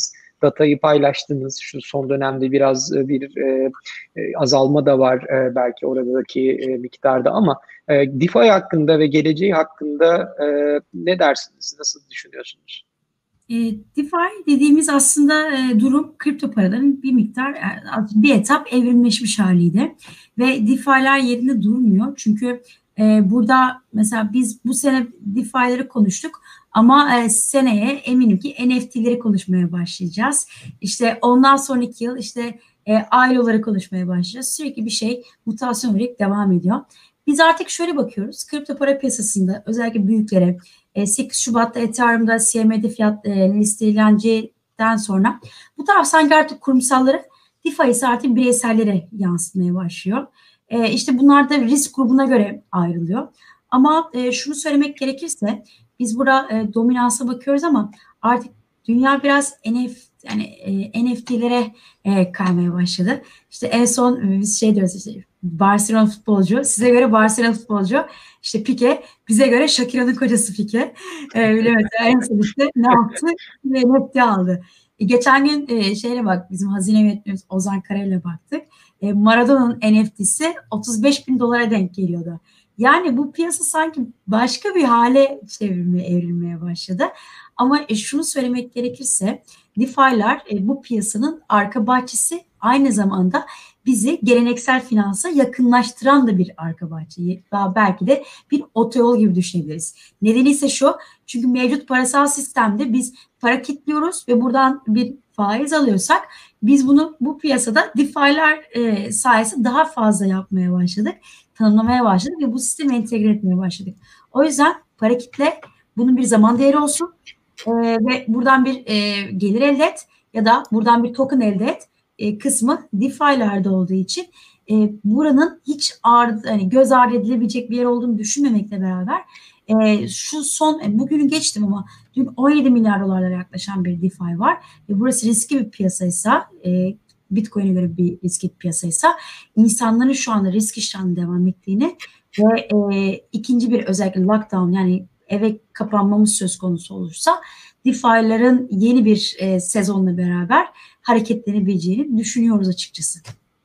datayı paylaştınız. Şu son dönemde biraz bir e, azalma da var e, belki oradaki e, miktarda ama e, DeFi hakkında ve geleceği hakkında e, ne dersiniz? Nasıl düşünüyorsunuz? E, DeFi dediğimiz aslında e, durum kripto paraların bir miktar e, bir etap evrimleşmiş haliydi ve DeFi'ler yerinde durmuyor çünkü e, burada mesela biz bu sene DeFi'leri konuştuk ama e, seneye eminim ki N F T'leri konuşmaya başlayacağız. İşte ondan sonraki yıl işte e, I L O'ları konuşmaya başlayacağız. Sürekli bir şey mutasyon olarak devam ediyor. Biz artık şöyle bakıyoruz. Kripto para piyasasında özellikle büyüklere sekiz Şubat'ta Ethereum'da C M D fiyat e, listeleneceğinden sonra bu taraf sanki artık kurumsalları DeFi ise artık bireysellere yansıtmaya başlıyor. E, işte bunlar da risk grubuna göre ayrılıyor. Ama e, şunu söylemek gerekirse biz burada e, dominansa bakıyoruz ama artık dünya biraz N F T yani e, N F T'lere e, kaymaya başladı. İşte en son e, biz şey diyoruz işte Barcelona futbolcu, size göre Barcelona futbolcu, işte Pique, bize göre Shakira'nın kocası Pique. E, bile mesela en son işte ne yaptı? N F T aldı. E, geçen gün e, şeyle bak, bizim hazine yönetmenimiz Ozan Karay'la baktık. E, Maradona'nın N F T'si otuz beş bin dolara denk geliyordu. Yani bu piyasa sanki başka bir hale çevirmeye, evrilmeye başladı. Ama e, şunu söylemek gerekirse DeFi'ler e, bu piyasanın arka bahçesi, aynı zamanda bizi geleneksel finansa yakınlaştıran da bir arka bahçe. Daha belki de bir otoyol gibi düşünebiliriz. Nedeni ise şu, çünkü mevcut parasal sistemde biz para kilitliyoruz ve buradan bir faiz alıyorsak biz bunu bu piyasada DeFi'ler e, sayesinde daha fazla yapmaya başladık, tanımlamaya başladık ve bu sistemi entegre etmeye başladık. O yüzden para kitle, bunun bir zaman değeri olsun e, ve buradan bir e, gelir elde et ya da buradan bir token elde et e, kısmı DeFi'lerde olduğu için e, buranın hiç ağır, hani göz ardı edilebilecek bir yer olduğunu düşünmemekle beraber e, şu son e, bugünü geçtim ama dün on yedi milyar dolarlara yaklaşan bir DeFi var ve burası riskli bir piyasaysa, e, Bitcoin'e göre bir riskli bir piyasaysa, insanların şu anda risk işlemine devam ettiğini ve e, ikinci bir özellikle lockdown, yani eve kapanmamız söz konusu olursa DeFi'lerin yeni bir e, sezonla beraber hareketlenebileceğini düşünüyoruz açıkçası.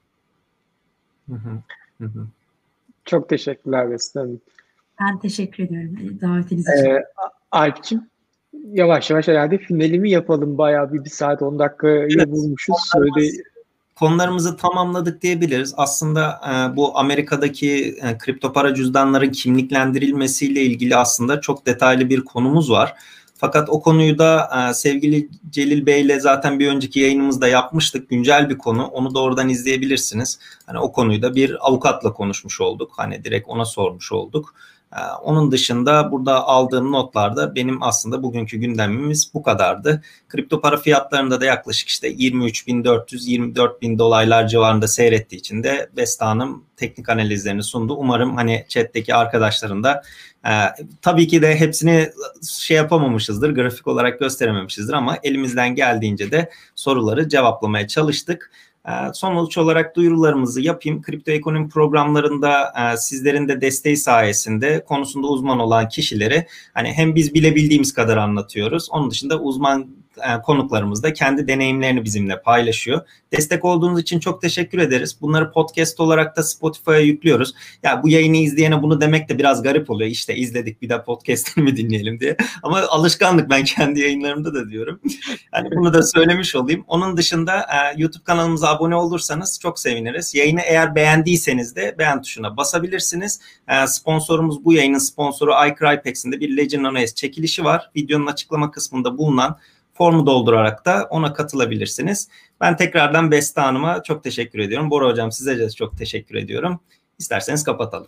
Hı hı, hı. Çok teşekkürler Beste Hanım. Ben teşekkür ediyorum davetiniz için. Ee, Alp'ciğim, yavaş yavaş herhalde finalimi yapalım. Bayağı bir, bir saat on dakikayı evet, bulmuşuz. Söyle... Konularımızı tamamladık diyebiliriz. Aslında e, bu Amerika'daki e, kripto para cüzdanların kimliklendirilmesiyle ilgili aslında çok detaylı bir konumuz var. Fakat o konuyu da e, sevgili Celil Bey'le zaten bir önceki yayınımızda yapmıştık. Güncel bir konu. Onu da oradan izleyebilirsiniz. Hani o konuyu da bir avukatla konuşmuş olduk. Hani direkt ona sormuş olduk. Ee, onun dışında burada aldığım notlarda benim aslında bugünkü gündemimiz bu kadardı. Kripto para fiyatlarında da yaklaşık işte yirmi üç bin dört yüz yirmi dört bin dolaylar civarında seyrettiği için de Beste Hanım teknik analizlerini sundu. Umarım hani chat'teki arkadaşların da e, tabii ki de hepsini şey yapamamışızdır, grafik olarak gösterememişizdir ama elimizden geldiğince de soruları cevaplamaya çalıştık. Sonuç olarak duyurularımızı yapayım. Kripto ekonomi programlarında sizlerin de desteği sayesinde konusunda uzman olan kişileri hani hem biz bilebildiğimiz kadar anlatıyoruz. Onun dışında uzman konuklarımız da kendi deneyimlerini bizimle paylaşıyor. Destek olduğunuz için çok teşekkür ederiz. Bunları podcast olarak da Spotify'a yüklüyoruz. Ya bu yayını izleyene bunu demek de biraz garip oluyor. İşte izledik, bir de podcast'ını mı dinleyelim diye. Ama alışkanlık, ben kendi yayınlarımda da diyorum. Yani bunu da söylemiş olayım. Onun dışında YouTube kanalımıza abone olursanız çok seviniriz. Yayını eğer beğendiyseniz de beğen tuşuna basabilirsiniz. Sponsorumuz, bu yayının sponsoru iCrypex'in de bir Legend on Ice çekilişi var. Videonun açıklama kısmında bulunan formu doldurarak da ona katılabilirsiniz. Ben tekrardan Beste Hanım'a çok teşekkür ediyorum. Bora Hocam, size de çok teşekkür ediyorum. İsterseniz kapatalım.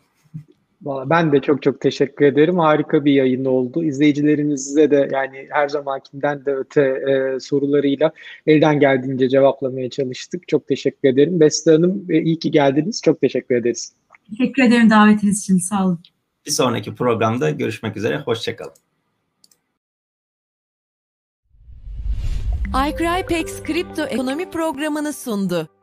Ben de çok çok teşekkür ederim. Harika bir yayın oldu. İzleyicilerimize de yani her zamankinden de öte e, sorularıyla elden geldiğince cevaplamaya çalıştık. Çok teşekkür ederim. Beste Hanım, e, iyi ki geldiniz. Çok teşekkür ederiz. Teşekkür ederim davetiniz için. Sağ olun. Bir sonraki programda görüşmek üzere. Hoşçakalın. iCrypex kripto ekonomi programını sundu.